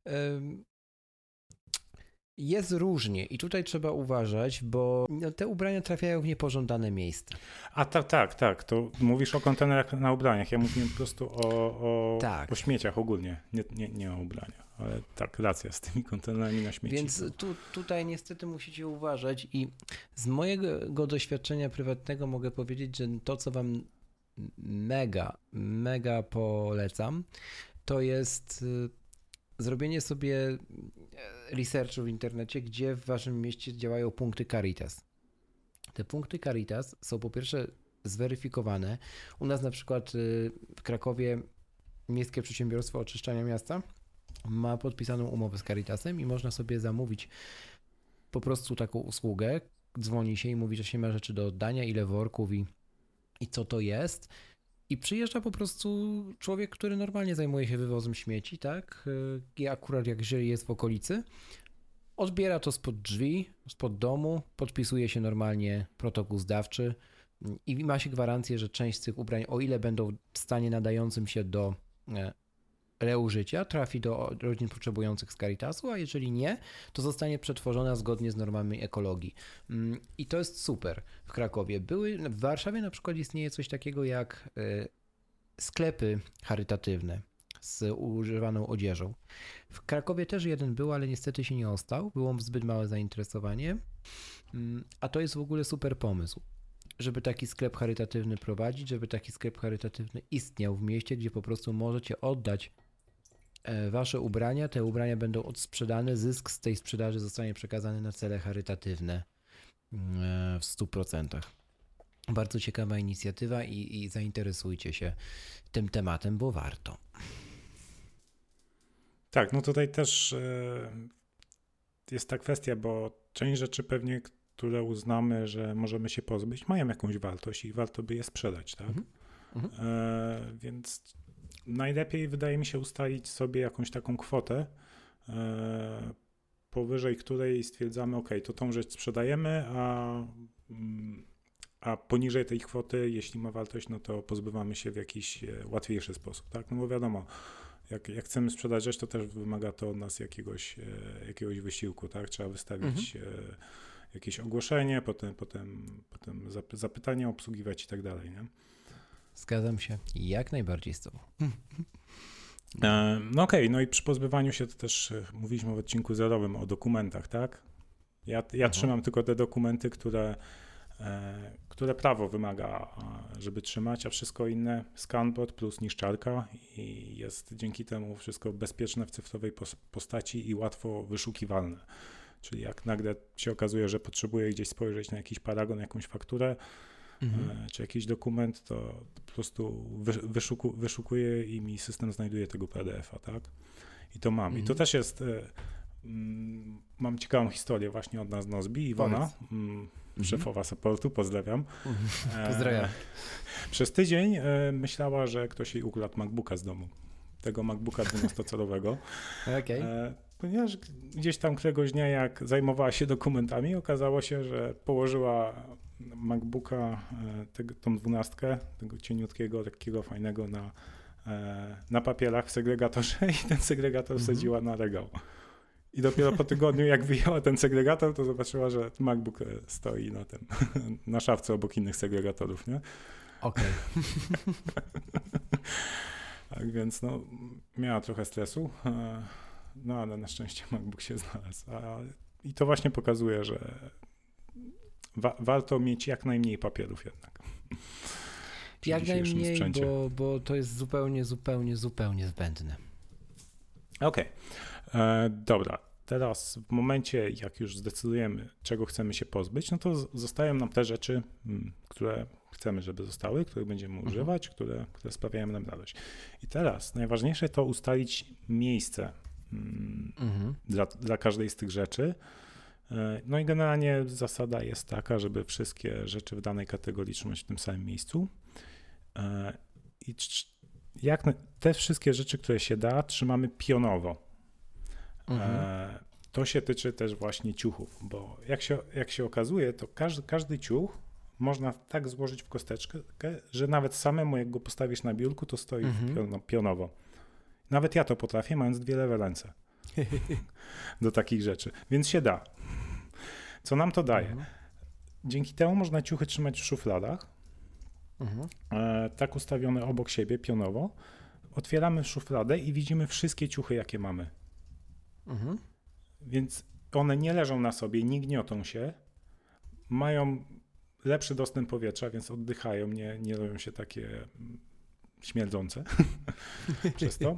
S2: jest różnie i tutaj trzeba uważać, bo te ubrania trafiają w niepożądane miejsca.
S3: A tak, to mówisz o kontenerach na ubraniach, ja mówię po prostu o śmieciach ogólnie, nie o ubraniach, ale tak, racja z tymi kontenerami na śmieci.
S2: Więc tutaj niestety musicie uważać i z mojego doświadczenia prywatnego mogę powiedzieć, że to, co wam mega polecam, to jest zrobienie sobie researchu w internecie, gdzie w waszym mieście działają punkty Caritas. Te punkty Caritas są po pierwsze zweryfikowane. U nas na przykład w Krakowie Miejskie Przedsiębiorstwo Oczyszczania Miasta ma podpisaną umowę z Caritasem i można sobie zamówić po prostu taką usługę, dzwoni się i mówi, że się ma rzeczy do oddania, ile worków i co to jest. I przyjeżdża po prostu człowiek, który normalnie zajmuje się wywozem śmieci, tak? I akurat jeżeli jest w okolicy, odbiera to spod drzwi, spod domu, podpisuje się normalnie protokół zdawczy i ma się gwarancję, że część z tych ubrań, o ile będą w stanie nadającym się do reużycia, trafi do rodzin potrzebujących z Caritasu, a jeżeli nie, to zostanie przetworzona zgodnie z normami ekologii. I to jest super w Krakowie. W Warszawie na przykład istnieje coś takiego jak sklepy charytatywne z używaną odzieżą. W Krakowie też jeden był, ale niestety się nie ostał. Było zbyt małe zainteresowanie, a to jest w ogóle super pomysł, żeby taki sklep charytatywny prowadzić, żeby taki sklep charytatywny istniał w mieście, gdzie po prostu możecie oddać wasze ubrania, te ubrania będą odsprzedane, zysk z tej sprzedaży zostanie przekazany na cele charytatywne w 100%. Bardzo ciekawa inicjatywa i zainteresujcie się tym tematem, bo warto.
S3: Tak, no tutaj też jest ta kwestia, bo część rzeczy pewnie, które uznamy, że możemy się pozbyć, mają jakąś wartość i warto by je sprzedać, tak? Więc najlepiej wydaje mi się ustalić sobie jakąś taką kwotę, powyżej której stwierdzamy, ok, to tą rzecz sprzedajemy, a poniżej tej kwoty, jeśli ma wartość, no to pozbywamy się w jakiś łatwiejszy sposób, tak? No bo wiadomo, jak chcemy sprzedać rzecz, to też wymaga to od nas jakiegoś wysiłku, tak? Trzeba wystawić jakieś ogłoszenie, potem zapytania obsługiwać i tak dalej, nie?
S2: Zgadzam się jak najbardziej z tobą.
S3: No okej, no i przy pozbywaniu się to też mówiliśmy w odcinku zerowym o dokumentach, tak? Ja trzymam tylko te dokumenty, które prawo wymaga, żeby trzymać, a wszystko inne scanbot plus niszczarka i jest dzięki temu wszystko bezpieczne w cyfrowej postaci i łatwo wyszukiwalne. Czyli jak nagle się okazuje, że potrzebuję gdzieś spojrzeć na jakiś paragon, jakąś fakturę, czy jakiś dokument, to po prostu wyszukuję i mi system znajduje tego PDF-a, tak? I to mam. I to też jest, mam ciekawą historię właśnie od nas z Nozbi, Iwona, szefowa supportu, pozdrawiam.
S2: Pozdrawiam.
S3: Przez tydzień myślała, że ktoś jej ukradł MacBooka z domu. Tego MacBooka 12-calowego.
S2: Okay.
S3: Ponieważ gdzieś tam któregoś dnia, jak zajmowała się dokumentami, okazało się, że położyła MacBooka, tą 12, tego cieniutkiego, takiego fajnego na papierach w segregatorze i ten segregator wsadziła na regał. I dopiero po tygodniu, jak wyjęła ten segregator, to zobaczyła, że MacBook stoi na szafce obok innych segregatorów, nie?
S2: Okej.
S3: Tak więc no, miała trochę stresu, no ale na szczęście MacBook się znalazł. I to właśnie pokazuje, że warto mieć jak najmniej papierów jednak.
S2: Jak najmniej, bo to jest zupełnie zbędne.
S3: Okej. Dobra. Teraz w momencie, jak już zdecydujemy, czego chcemy się pozbyć, no to zostają nam te rzeczy, które chcemy, żeby zostały, których będziemy używać, które sprawiają nam radość. I teraz najważniejsze to ustalić miejsce dla każdej z tych rzeczy. No i generalnie zasada jest taka, żeby wszystkie rzeczy w danej kategorii trzymać w tym samym miejscu. I te wszystkie rzeczy, które się da, trzymamy pionowo. To się tyczy też właśnie ciuchów, bo jak się okazuje, to każdy ciuch można tak złożyć w kosteczkę, że nawet samemu jak go postawisz na biurku, to stoi pionowo. Nawet ja to potrafię, mając 2 lewe ręce do takich rzeczy, więc się da. Co nam to daje? Dzięki temu można ciuchy trzymać w szufladach, tak ustawione obok siebie pionowo. Otwieramy szufladę i widzimy wszystkie ciuchy, jakie mamy. Więc one nie leżą na sobie, nie gniotą się, mają lepszy dostęp powietrza, więc oddychają, nie robią się takie śmierdzące przez to.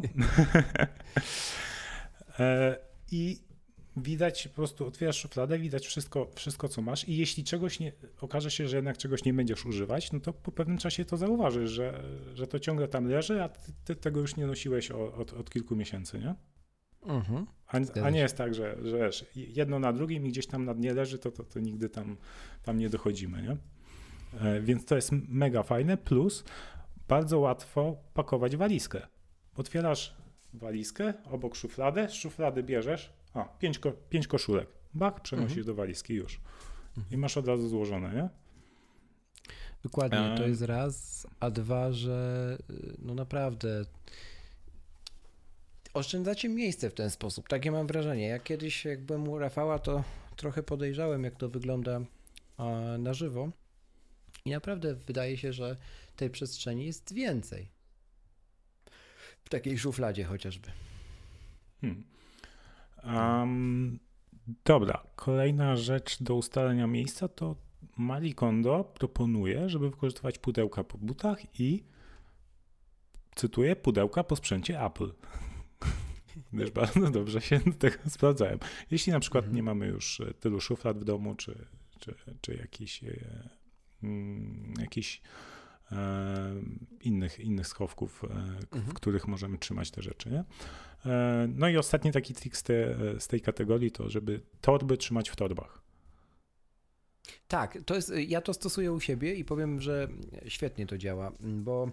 S3: I widać, po prostu otwierasz szufladę, widać wszystko, co masz i jeśli okaże się, że jednak czegoś nie będziesz używać, no to po pewnym czasie to zauważysz, że to ciągle tam leży, a ty tego już nie nosiłeś od kilku miesięcy, nie? A nie jest tak, że wiesz, jedno na drugim i gdzieś tam na dnie leży, to nigdy tam nie dochodzimy, nie? Więc to jest mega fajne, plus bardzo łatwo pakować walizkę. Otwierasz walizkę, obok szufladę, z szuflady bierzesz, 5 koszulek, bach, przenosisz do walizki już. I masz od razu złożone, nie?
S2: Dokładnie, to jest raz, a dwa, że no naprawdę oszczędzacie miejsce w ten sposób, takie mam wrażenie. Ja kiedyś jak byłem u Rafała, to trochę podejrzałem, jak to wygląda na żywo i naprawdę wydaje się, że tej przestrzeni jest więcej. W takiej szufladzie chociażby.
S3: Dobra, kolejna rzecz do ustalenia miejsca to Marie Kondo proponuje, żeby wykorzystywać pudełka po butach i, cytuję, pudełka po sprzęcie Apple. Też bardzo dobrze się do tego sprawdzają. Jeśli na przykład nie mamy już tylu szuflad w domu, czy jakichś innych schowków, w których możemy trzymać te rzeczy. Nie? No i ostatni taki trik z tej kategorii to, żeby torby trzymać w torbach.
S2: Tak, ja to stosuję u siebie i powiem, że świetnie to działa, bo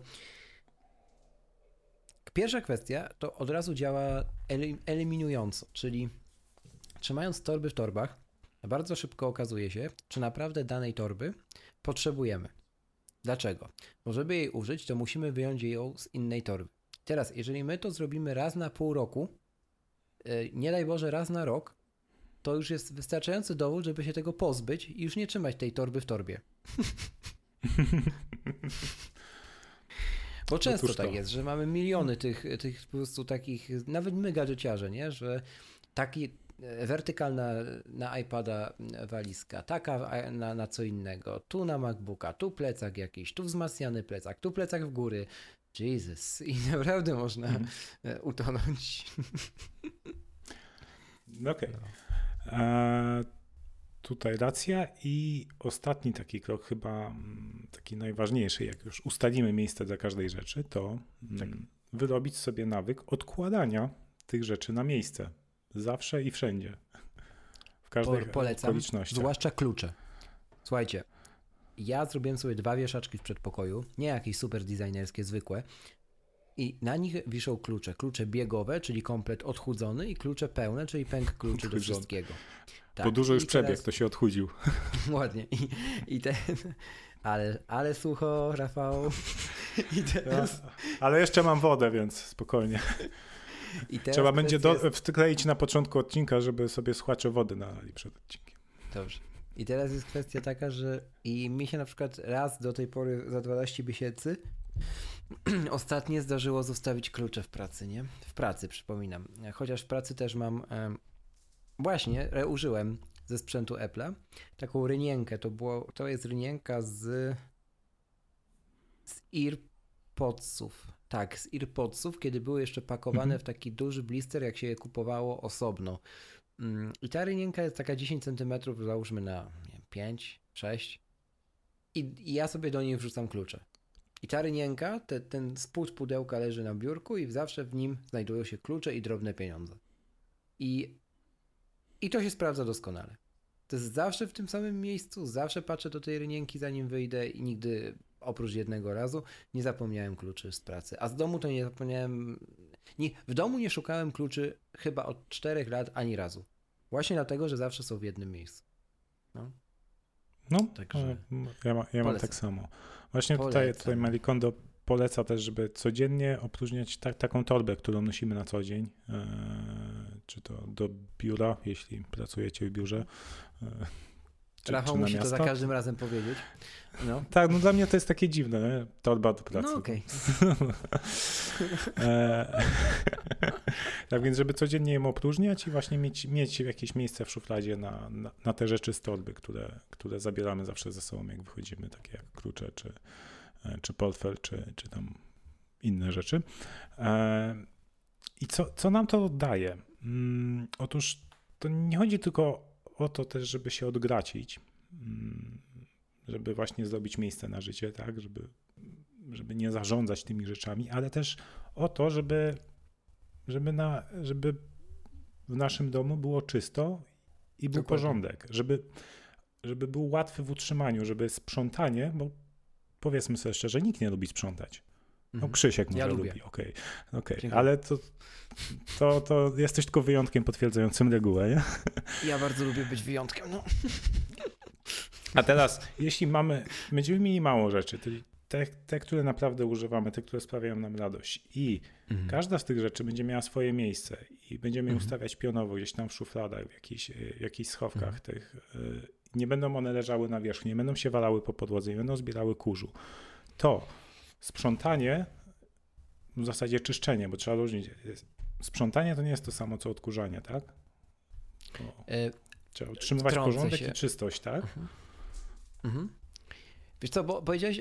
S2: pierwsza kwestia to od razu działa eliminująco, czyli trzymając torby w torbach, bardzo szybko okazuje się, czy naprawdę danej torby potrzebujemy. Dlaczego? Bo żeby jej użyć, to musimy wyjąć ją z innej torby. Teraz, jeżeli my to zrobimy raz na pół roku, nie daj Boże raz na rok, to już jest wystarczający dowód, żeby się tego pozbyć i już nie trzymać tej torby w torbie. Bo często tak jest, że mamy miliony tych po prostu takich, nawet my gadżeciarze, nie? Że taki wertykalna na iPada walizka, taka na co innego, tu na MacBooka, tu plecak jakiś, tu wzmacniany plecak, tu plecak w góry. Jesus, i naprawdę można utonąć.
S3: Okej. Tutaj racja i ostatni taki krok, chyba taki najważniejszy, jak już ustalimy miejsce dla każdej rzeczy, to wyrobić sobie nawyk odkładania tych rzeczy na miejsce. Zawsze i wszędzie. W każdej okoliczności.
S2: Zwłaszcza klucze. Słuchajcie, ja zrobiłem sobie 2 wieszaczki w przedpokoju, nie jakieś super designerskie, zwykłe, i na nich wiszą klucze. Klucze biegowe, czyli komplet odchudzony, i klucze pełne, czyli pęk kluczy do wszystkiego.
S3: Tak. Bo dużo już przebieg, to się odchudził.
S2: Ładnie. I ten... Ale sucho, Rafał. I teraz...
S3: Ale jeszcze mam wodę, więc spokojnie. Trzeba będzie wkleić na początku odcinka, żeby sobie słuchacze wody nalali przed odcinkiem.
S2: Dobrze. I teraz jest kwestia taka, że i mi się na przykład raz do tej pory za 12 miesięcy ostatnio zdarzyło zostawić klucze w pracy, nie? W pracy, przypominam. Chociaż w pracy też mam właśnie, użyłem ze sprzętu Apple'a taką rynienkę. To jest rynienka z AirPodsów. Tak, z AirPodsów, kiedy były jeszcze pakowane w taki duży blister, jak się je kupowało osobno. I ta rynienka jest taka 10 cm, załóżmy na 5, 6 i ja sobie do niej wrzucam klucze. I ta rynienka, ten spód pudełka leży na biurku i zawsze w nim znajdują się klucze i drobne pieniądze. I to się sprawdza doskonale. To jest zawsze w tym samym miejscu, zawsze patrzę do tej rynienki, zanim wyjdę i nigdy, oprócz jednego razu, nie zapomniałem kluczy z pracy. A z domu to nie zapomniałem... w domu nie szukałem kluczy chyba od 4 lat ani razu. Właśnie dlatego, że zawsze są w jednym miejscu.
S3: Także ja mam tak samo. Właśnie tutaj Marie Kondo poleca też, żeby codziennie opróżniać taką torbę, którą nosimy na co dzień, czy to do biura, jeśli pracujecie w biurze,
S2: Rafał musi to za każdym razem powiedzieć. No.
S3: Tak, no dla mnie to jest takie dziwne, nie? Torba do pracy.
S2: No okej.
S3: Tak więc, żeby codziennie ją opróżniać i właśnie mieć jakieś miejsce w szufladzie na te rzeczy z torby, które zabieramy zawsze ze sobą, jak wychodzimy, takie jak klucze, czy portfel, czy tam inne rzeczy. I co nam to daje? Otóż to nie chodzi tylko o to też, żeby się odgracić, żeby właśnie zrobić miejsce na życie, tak, żeby nie zarządzać tymi rzeczami, ale też o to, żeby w naszym domu było czysto i był porządek, żeby był łatwy w utrzymaniu, żeby sprzątanie, bo powiedzmy sobie szczerze, nikt nie lubi sprzątać. No Krzysiek może lubi, okej. Ale to jesteś tylko wyjątkiem potwierdzającym regułę, nie?
S2: Ja bardzo lubię być wyjątkiem, no.
S3: A teraz, jeśli będziemy mieli mało rzeczy, czyli te, które naprawdę używamy, te, które sprawiają nam radość i każda z tych rzeczy będzie miała swoje miejsce i będziemy je ustawiać pionowo gdzieś tam w szufladach, w jakichś schowkach tych, nie będą one leżały na wierzchu, nie będą się walały po podłodze, nie będą zbierały kurzu, to sprzątanie, w zasadzie czyszczenie, bo trzeba różnić. Sprzątanie to nie jest to samo, co odkurzanie, tak? Trzeba utrzymywać porządek i czystość, tak?
S2: Wiesz co, bo powiedziałeś,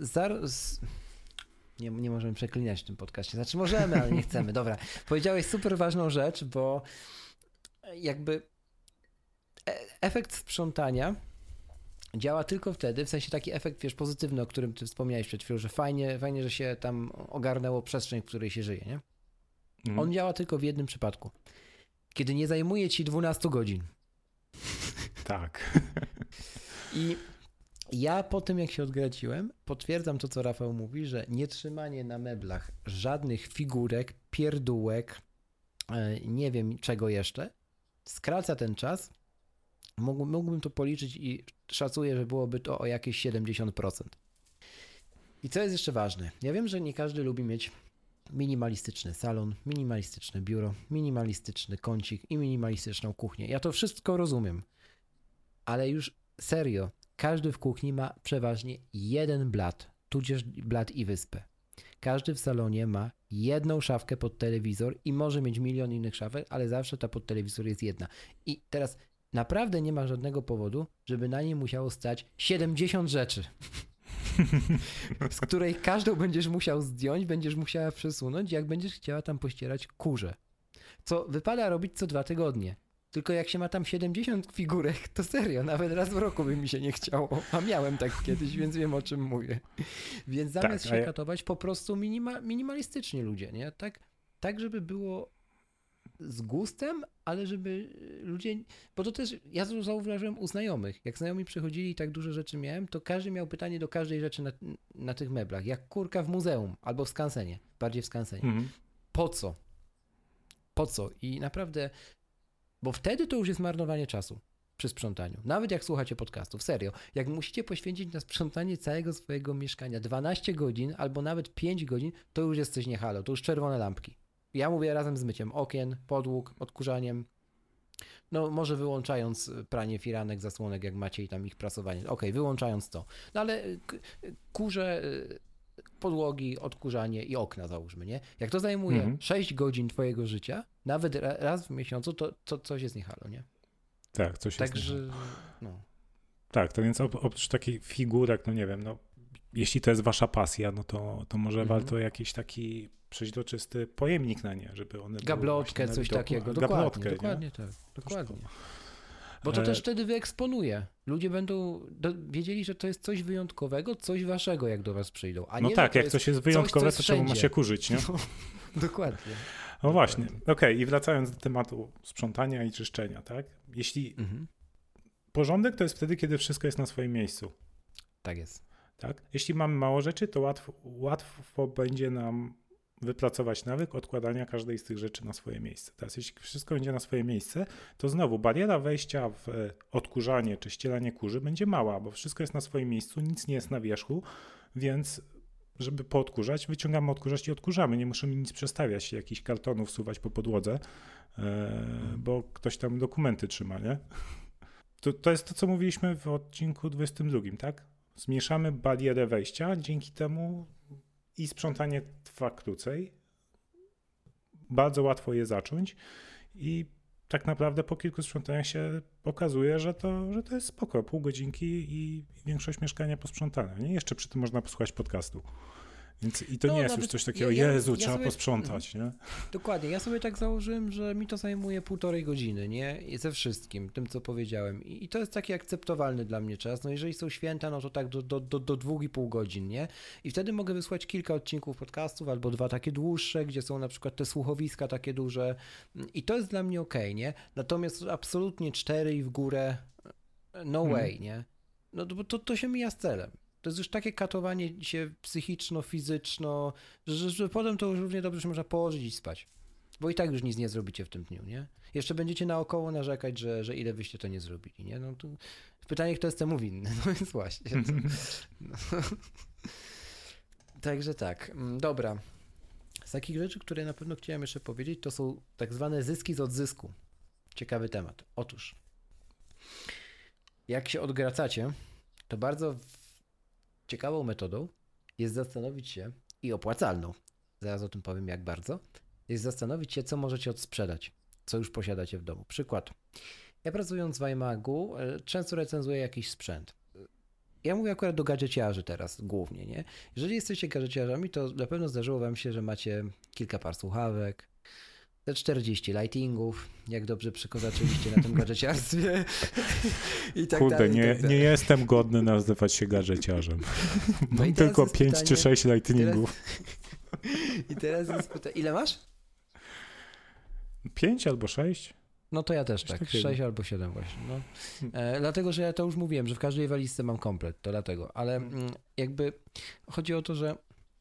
S2: nie możemy przeklinać w tym podcaście, znaczy możemy, ale nie chcemy, dobra. Powiedziałeś super ważną rzecz, bo jakby efekt sprzątania działa tylko wtedy, w sensie taki efekt, wiesz, pozytywny, o którym ty wspomniałeś przed chwilą, że fajnie, że się tam ogarnęło przestrzeń, w której się żyje, nie? On działa tylko w jednym przypadku. Kiedy nie zajmuje ci 12 godzin.
S3: Tak.
S2: I ja po tym, jak się odgradziłem, potwierdzam to, co Rafał mówi, że nie trzymanie na meblach żadnych figurek, pierdółek, nie wiem czego jeszcze, skraca ten czas. Mógłbym to policzyć i szacuję, że byłoby to o jakieś 70%. I co jest jeszcze ważne? Ja wiem, że nie każdy lubi mieć minimalistyczny salon, minimalistyczne biuro, minimalistyczny kącik i minimalistyczną kuchnię. Ja to wszystko rozumiem, ale już serio, każdy w kuchni ma przeważnie jeden blat, tudzież blat i wyspę. Każdy w salonie ma jedną szafkę pod telewizor i może mieć milion innych szafek, ale zawsze ta pod telewizor jest jedna. I teraz naprawdę nie ma żadnego powodu, żeby na niej musiało stać 70 rzeczy, z której każdą będziesz musiał zdjąć, będziesz musiała przesunąć, jak będziesz chciała tam pościerać kurze. Co wypada robić co 2 tygodnie. Tylko jak się ma tam 70 figurek, to serio, nawet raz w roku by mi się nie chciało. A miałem tak kiedyś, więc wiem, o czym mówię. Więc zamiast się katować, po prostu minimalistycznie ludzie, nie? Tak, żeby było z gustem, ale żeby ludzie... Bo to też, ja to zauważyłem u znajomych. Jak znajomi przychodzili i tak dużo rzeczy miałem, to każdy miał pytanie do każdej rzeczy na tych meblach. Jak kurka w muzeum albo w skansenie. Bardziej w skansenie. Po co? Po co? I naprawdę... Bo wtedy to już jest marnowanie czasu przy sprzątaniu. Nawet jak słuchacie podcastów, serio. Jak musicie poświęcić na sprzątanie całego swojego mieszkania 12 godzin albo nawet 5 godzin, to już jest coś nie halo, to już czerwone lampki. Ja mówię razem z myciem okien, podłóg, odkurzaniem. No może wyłączając pranie firanek, zasłonek, jak macie i tam ich prasowanie. Okej, wyłączając to. No ale kurze, podłogi, odkurzanie i okna załóżmy, nie? Jak to zajmuje 6 godzin twojego życia, nawet raz w miesiącu, to coś jest nie halo, nie?
S3: Tak, coś jest
S2: nie halo. No.
S3: Tak, to więc oprócz takich figurek, no nie wiem, no jeśli to jest wasza pasja, no to może warto jakiś taki przeźroczysty pojemnik na nie, żeby one
S2: gablotkę, coś takiego. Dokładnie tak. Dokładnie. Bo to też wtedy wyeksponuje. Ludzie będą wiedzieli, że to jest coś wyjątkowego, coś waszego, jak do was przyjdą. A
S3: no
S2: nie,
S3: tak, jak coś jest wyjątkowe, to czemu ma się kurzyć, nie?
S2: No, dokładnie.
S3: No właśnie. Okej, i wracając do tematu sprzątania i czyszczenia, tak? Jeśli porządek to jest wtedy, kiedy wszystko jest na swoim miejscu.
S2: Tak jest.
S3: Tak? Jeśli mamy mało rzeczy, to łatwo będzie nam wypracować nawyk odkładania każdej z tych rzeczy na swoje miejsce. Teraz jeśli wszystko będzie na swoje miejsce, to znowu bariera wejścia w odkurzanie czy ścielanie kurzy będzie mała, bo wszystko jest na swoim miejscu, nic nie jest na wierzchu, więc żeby poodkurzać, wyciągamy odkurzacz i odkurzamy. Nie musimy nic przestawiać, jakichś kartonów suwać po podłodze, bo ktoś tam dokumenty trzyma, nie? To jest to, co mówiliśmy w odcinku 22, tak? Zmniejszamy barierę wejścia, dzięki temu i sprzątanie trwa krócej. Bardzo łatwo je zacząć i tak naprawdę po kilku sprzątaniach się okazuje, że to jest spoko. Pół godzinki i większość mieszkania posprzątane. Nie? Jeszcze przy tym można posłuchać podcastu. Więc i to nie jest już coś takiego, Jezu, trzeba posprzątać, nie?
S2: Dokładnie, ja sobie tak założyłem, że mi to zajmuje 1,5 godziny, nie? I ze wszystkim, tym co powiedziałem. I to jest taki akceptowalny dla mnie czas. No jeżeli są święta, no to tak do 2,5 godzin, nie? I wtedy mogę wysłać kilka odcinków podcastów, albo 2 takie dłuższe, gdzie są na przykład te słuchowiska takie duże. I to jest dla mnie okej, nie? Natomiast absolutnie 4 i w górę, no way, nie? No bo to się mija z celem. To jest już takie katowanie się psychiczno-fizyczno, że potem to już równie dobrze, że można położyć i spać. Bo i tak już nic nie zrobicie w tym dniu, nie? Jeszcze będziecie naokoło narzekać, że ile wyście to nie zrobili, nie? No to pytanie, kto jest temu winny? No więc właśnie. No. Także tak. Dobra. Z takich rzeczy, które na pewno chciałem jeszcze powiedzieć, to są tak zwane zyski z odzysku. Ciekawy temat. Otóż, jak się odgracacie, to bardzo ciekawą metodą jest zastanowić się, i opłacalną, zaraz o tym powiem jak bardzo, jest zastanowić się, co możecie odsprzedać, co już posiadacie w domu. Przykład. Ja pracując w iMagu często recenzuję jakiś sprzęt. Ja mówię akurat do gadżeciarzy teraz głównie, nie? Jeżeli jesteście gadżeciarzami, to na pewno zdarzyło wam się, że macie kilka par słuchawek, te 40 lightingów, jak dobrze przykozaczyliście na tym gadżeciarstwie i tak
S3: Kurde,
S2: dalej.
S3: nie jestem godny nazywać się gadżeciarzem. Mam tylko 5 czy 6 lightningów.
S2: I teraz jest pytanie, ile masz?
S3: 5 albo 6?
S2: No to ja też tak, 6 albo 7 właśnie. No. Dlatego, że ja to już mówiłem, że w każdej walizce mam komplet, to dlatego. Ale jakby chodzi o to, że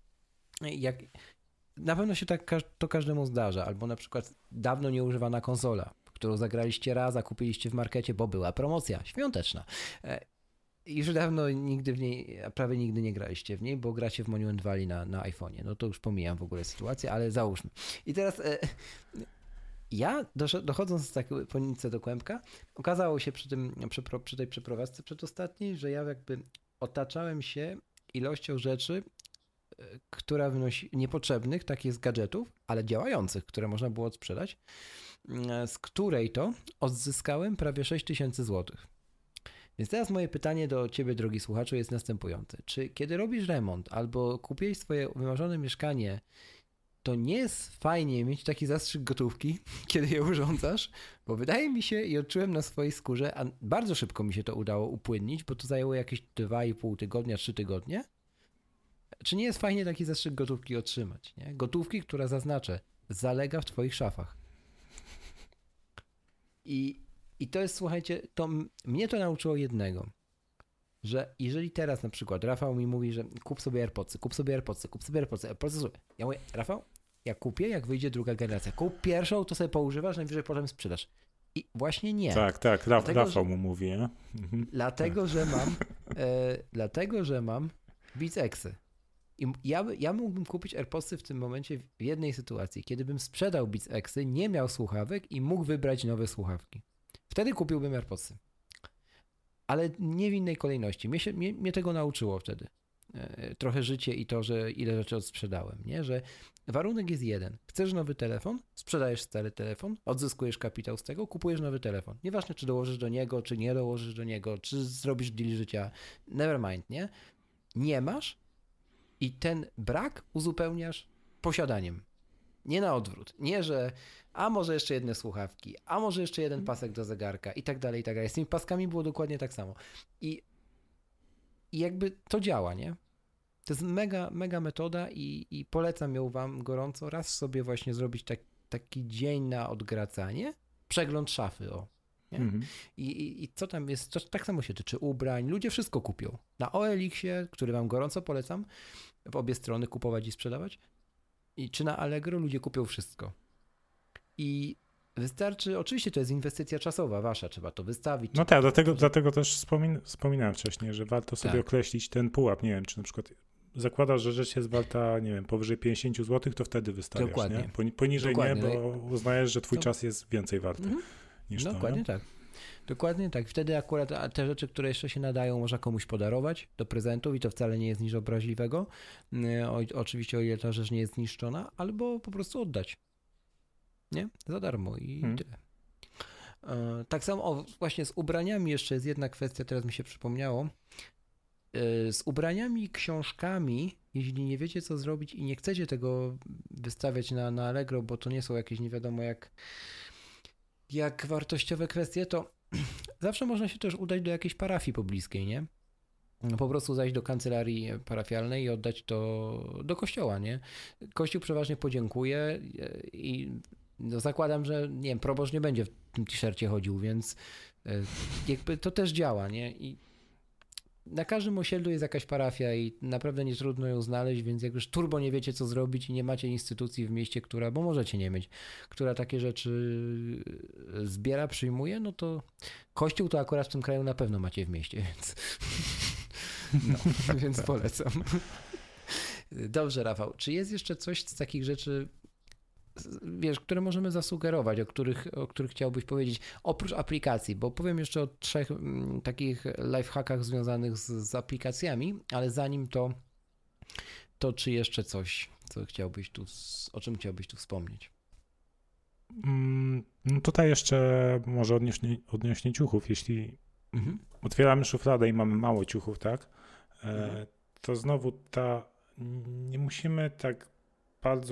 S2: na pewno się to każdemu zdarza, albo na przykład dawno nieużywana konsola, którą zagraliście raz, a kupiliście w markecie, bo była promocja świąteczna. Już dawno nigdy w niej, prawie nigdy nie graliście w niej, bo gracie w Monument Valley na iPhone'ie. No to już pomijam w ogóle sytuację, ale załóżmy. I teraz ja dochodząc tak po linijce do kłębka, okazało się przy tej przeprowadzce przedostatniej, że ja jakby otaczałem się ilością rzeczy, która wynosi niepotrzebnych, takich z gadżetów, ale działających, które można było odsprzedać, z której to odzyskałem prawie 6,000 złotych. Więc teraz moje pytanie do ciebie, drogi słuchaczu, jest następujące. Czy kiedy robisz remont albo kupiłeś swoje wymarzone mieszkanie, to nie jest fajnie mieć taki zastrzyk gotówki, kiedy je urządzasz? Bo wydaje mi się i odczułem na swojej skórze, a bardzo szybko mi się to udało upłynnić, bo to zajęło jakieś 2,5 tygodnia, 3 tygodnie. Czy nie jest fajnie taki zastrzyk gotówki otrzymać? Nie? Gotówki, która, zaznaczę, zalega w twoich szafach. I to jest, słuchajcie, mnie to nauczyło jednego, że jeżeli teraz na przykład Rafał mi mówi, że kup sobie AirPodsy. Ja mówię, Rafał, ja kupię, jak wyjdzie druga generacja. Kup pierwszą, to sobie poużywasz, najwyżej potem sprzedasz. I właśnie nie.
S3: Tak, Rafał mu mówi, nie?
S2: Dlatego, że mam Beats Exy. I ja mógłbym kupić AirPodsy w tym momencie w jednej sytuacji, kiedy bym sprzedał Beats Exy, nie miał słuchawek i mógł wybrać nowe słuchawki. Wtedy kupiłbym AirPodsy. Ale nie w innej kolejności. Mnie tego nauczyło wtedy. Trochę życie i to, że ile rzeczy odsprzedałem, nie? Że warunek jest jeden. Chcesz nowy telefon, sprzedajesz stary telefon, odzyskujesz kapitał z tego, kupujesz nowy telefon. Nieważne, czy dołożysz do niego, czy nie dołożysz do niego, czy zrobisz deal życia. Never mind, nie? Nie masz i ten brak uzupełniasz posiadaniem. Nie na odwrót. Nie, że a może jeszcze jedne słuchawki, a może jeszcze jeden pasek do zegarka i tak dalej, i tak dalej. Z tymi paskami było dokładnie tak samo. I jakby to działa, nie? To jest mega, mega metoda i polecam ją wam gorąco. Raz sobie właśnie zrobić taki dzień na odgracanie, przegląd szafy, o. Nie? I co tam jest, to tak samo się tyczy ubrań, ludzie wszystko kupią. Na OLX-ie, który wam gorąco polecam, w obie strony kupować i sprzedawać, czy na Allegro ludzie kupią wszystko. I wystarczy, oczywiście to jest inwestycja czasowa wasza, trzeba to wystawić.
S3: No tak, dlatego też wspominałem wcześniej, że warto sobie określić ten pułap. Nie wiem, czy na przykład zakładasz, że rzecz jest warta, nie wiem, powyżej 50 zł, to wtedy wystawiasz,
S2: dokładnie.
S3: Nie? Poniżej dokładnie. Nie, bo uznajesz, że twój czas jest więcej warty niż to.
S2: Dokładnie tak. Dokładnie tak. Wtedy akurat te rzeczy, które jeszcze się nadają, można komuś podarować do prezentów i to wcale nie jest nic obraźliwego. Oczywiście o ile ta rzecz nie jest zniszczona, albo po prostu oddać. Nie? Za darmo i tyle. Tak samo właśnie z ubraniami jeszcze jest jedna kwestia, teraz mi się przypomniało. Z ubraniami i książkami jeśli nie wiecie, co zrobić i nie chcecie tego wystawiać na Allegro, bo to nie są jakieś nie wiadomo jak wartościowe kwestie, to zawsze można się też udać do jakiejś parafii pobliskiej, nie? Po prostu zajść do kancelarii parafialnej i oddać to do kościoła, nie? Kościół przeważnie podziękuje i zakładam, że nie wiem, proboszcz nie będzie w tym t-shircie chodził, więc jakby to też działa, nie? I na każdym osiedlu jest jakaś parafia i naprawdę nie trudno ją znaleźć, więc jak już turbo nie wiecie, co zrobić i nie macie instytucji w mieście, bo możecie nie mieć, która takie rzeczy zbiera, przyjmuje, no to kościół to akurat w tym kraju na pewno macie w mieście, więc więc polecam. Dobrze, Rafał, czy jest jeszcze coś z takich rzeczy, wiesz, które możemy zasugerować, o których chciałbyś powiedzieć, oprócz aplikacji, bo powiem jeszcze o 3 takich lifehackach związanych z aplikacjami, ale zanim to czy jeszcze coś, o czym chciałbyś tu wspomnieć?
S3: No tutaj jeszcze może odnośnie ciuchów, jeśli otwieramy szufladę i mamy mało ciuchów, tak, to znowu nie musimy tak bardzo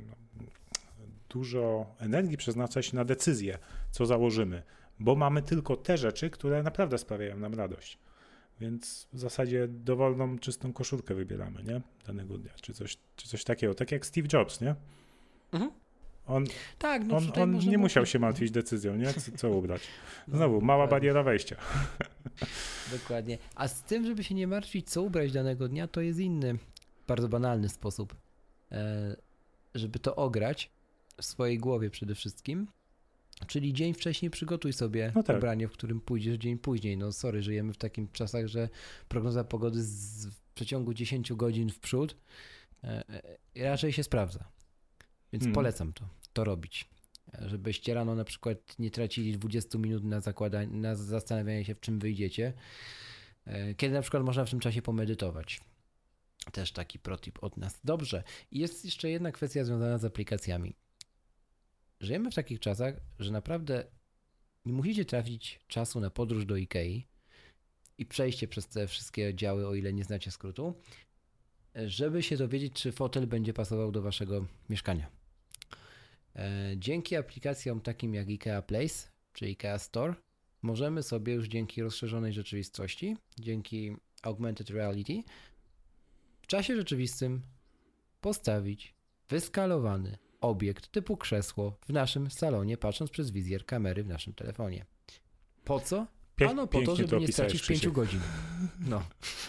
S3: dużo energii przeznaczać na decyzję, co założymy, bo mamy tylko te rzeczy, które naprawdę sprawiają nam radość. Więc w zasadzie dowolną, czystą koszulkę wybieramy, nie? Danego dnia, czy coś takiego. Tak jak Steve Jobs, nie? On nie musiał się martwić decyzją, nie? Co ubrać. Znowu, mała bariera wejścia.
S2: Dokładnie. A z tym, żeby się nie martwić, co ubrać danego dnia, to jest inny, bardzo banalny sposób, żeby to ograć w swojej głowie przede wszystkim. Czyli dzień wcześniej przygotuj sobie ubranie, w którym pójdziesz dzień później. No sorry, żyjemy w takim czasach, że prognoza pogody w przeciągu 10 godzin w przód raczej się sprawdza. Więc polecam to robić. Żebyście rano na przykład nie tracili 20 minut na zastanawianie się, w czym wyjdziecie. Kiedy na przykład można w tym czasie pomedytować. Też taki protip od nas. Dobrze. I jest jeszcze jedna kwestia związana z aplikacjami. Żyjemy w takich czasach, że naprawdę nie musicie trafić czasu na podróż do Ikei i przejście przez te wszystkie działy, o ile nie znacie skrótu, żeby się dowiedzieć, czy fotel będzie pasował do waszego mieszkania. Dzięki aplikacjom takim jak IKEA Place czy IKEA Store możemy sobie już dzięki rozszerzonej rzeczywistości, dzięki augmented reality w czasie rzeczywistym postawić wyskalowany obiekt typu krzesło w naszym salonie, patrząc przez wizjer kamery w naszym telefonie. Po co? Ano po to, żeby nie stracić 5 godzin. No.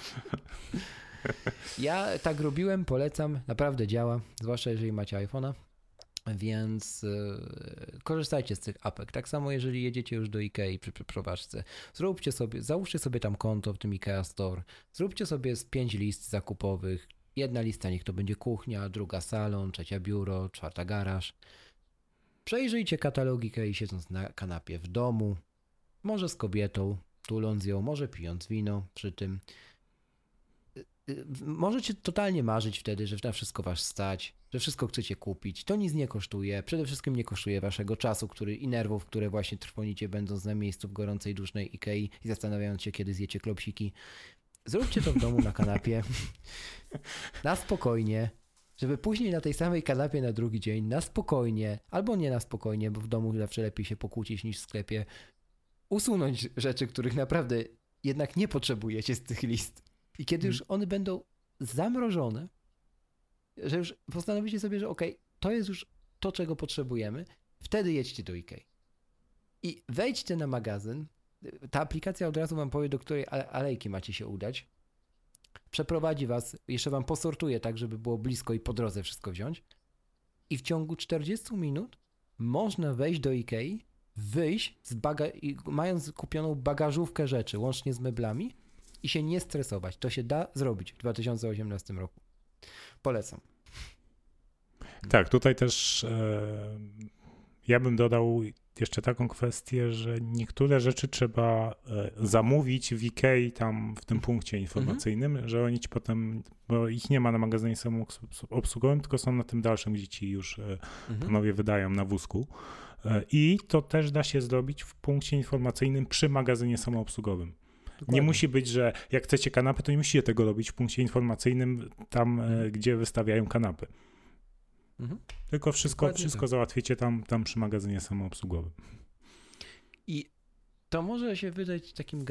S2: Ja tak robiłem, polecam, naprawdę działa, zwłaszcza jeżeli macie iPhone'a, więc korzystajcie z tych apek. Tak samo jeżeli jedziecie już do Ikei przy przeprowadzce, załóżcie sobie tam konto w tym IKEA Store, zróbcie sobie z 5 list zakupowych. Jedna lista niech to będzie kuchnia, druga salon, trzecia biuro, czwarta garaż. Przejrzyjcie katalog Ikei siedząc na kanapie w domu, może z kobietą, tuląc ją, może pijąc wino przy tym. Możecie totalnie marzyć wtedy, że na wszystko was stać, że wszystko chcecie kupić. To nic nie kosztuje, przede wszystkim nie kosztuje waszego czasu i nerwów, które właśnie trwonicie będąc na miejscu w gorącej, dusznej Ikei i zastanawiając się, kiedy zjecie klopsiki. Zróbcie to w domu na kanapie, na spokojnie, żeby później na tej samej kanapie na drugi dzień, na spokojnie, albo nie na spokojnie, bo w domu zawsze lepiej się pokłócić niż w sklepie, usunąć rzeczy, których naprawdę jednak nie potrzebujecie z tych list. I kiedy już one będą zamrożone, że już postanowicie sobie, że okej, to jest już to, czego potrzebujemy, wtedy jedźcie do Ikei. I wejdźcie na magazyn. Ta aplikacja od razu wam powie, do której alejki macie się udać. Przeprowadzi was, jeszcze wam posortuje tak, żeby było blisko i po drodze wszystko wziąć. I w ciągu 40 minut można wejść do Ikei, wyjść mając kupioną bagażówkę rzeczy, łącznie z meblami i się nie stresować. To się da zrobić w 2018 roku. Polecam.
S3: Tak, tutaj też ja bym dodał jeszcze taką kwestię, że niektóre rzeczy trzeba zamówić w Ikei tam w tym punkcie informacyjnym, że oni ci potem, bo ich nie ma na magazynie samoobsługowym, tylko są na tym dalszym, gdzie ci już panowie wydają na wózku. I to też da się zrobić w punkcie informacyjnym przy magazynie samoobsługowym. Nie musi być, że jak chcecie kanapę, to nie musicie tego robić w punkcie informacyjnym tam, gdzie wystawiają kanapy. Tylko wszystko załatwicie tam przy magazynie samoobsługowym.
S2: I to może się wydać takim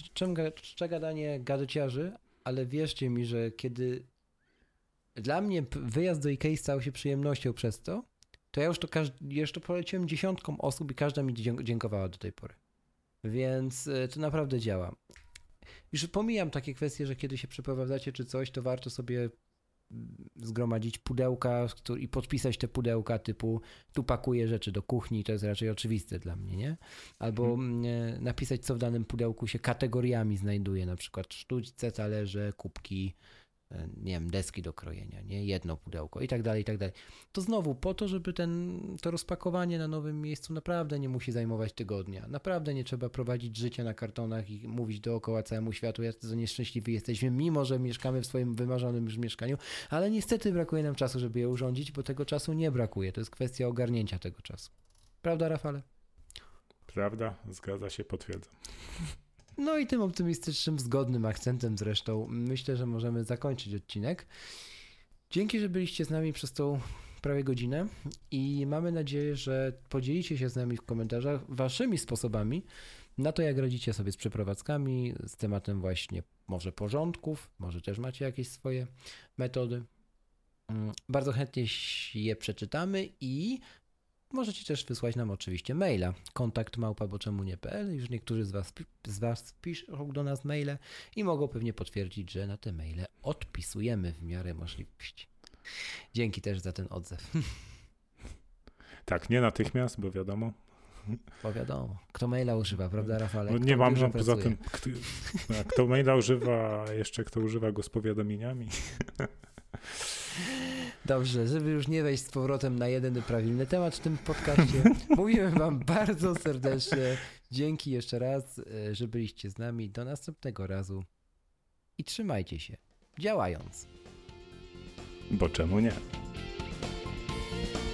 S2: gadanie gadociarzy, ale wierzcie mi, że kiedy dla mnie wyjazd do Ikei stał się przyjemnością przez to ja już to poleciłem dziesiątkom osób i każda mi dziękowała do tej pory. Więc to naprawdę działa. Już pomijam takie kwestie, że kiedy się przeprowadzacie czy coś, to warto sobie zgromadzić pudełka i podpisać te pudełka typu tu pakuję rzeczy do kuchni, to jest raczej oczywiste dla mnie, nie? Albo napisać, co w danym pudełku się kategoriami znajduje, na przykład sztućce, talerze, kubki, nie wiem, deski do krojenia, nie? Jedno pudełko i tak dalej, i tak dalej. To znowu po to, żeby to rozpakowanie na nowym miejscu naprawdę nie musi zajmować tygodnia. Naprawdę nie trzeba prowadzić życia na kartonach i mówić dookoła całemu światu, jak to nieszczęśliwi jesteśmy, mimo że mieszkamy w swoim wymarzonym już mieszkaniu, ale niestety brakuje nam czasu, żeby je urządzić, bo tego czasu nie brakuje. To jest kwestia ogarnięcia tego czasu. Prawda, Rafale?
S3: Prawda, zgadza się, potwierdzam.
S2: No i tym optymistycznym, zgodnym akcentem zresztą myślę, że możemy zakończyć odcinek. Dzięki, że byliście z nami przez tą prawie godzinę i mamy nadzieję, że podzielicie się z nami w komentarzach waszymi sposobami na to, jak radzicie sobie z przeprowadzkami, z tematem właśnie może porządków, może też macie jakieś swoje metody. Bardzo chętnie je przeczytamy i możecie też wysłać nam oczywiście maila kontakt@boczemunie.pl. Już niektórzy z was piszą do nas maile i mogą pewnie potwierdzić, że na te maile odpisujemy w miarę możliwości. Dzięki też za ten odzew.
S3: Tak, nie natychmiast, bo wiadomo.
S2: Bo wiadomo, kto maila używa, prawda, Rafale?
S3: No nie mam, poza tym, kto maila używa, jeszcze kto używa go z powiadomieniami.
S2: Dobrze, żeby już nie wejść z powrotem na jedyny prawilny temat w tym podcaście, mówimy wam bardzo serdecznie dzięki jeszcze raz, że byliście z nami. Do następnego razu i trzymajcie się, działając.
S3: Bo czemu nie?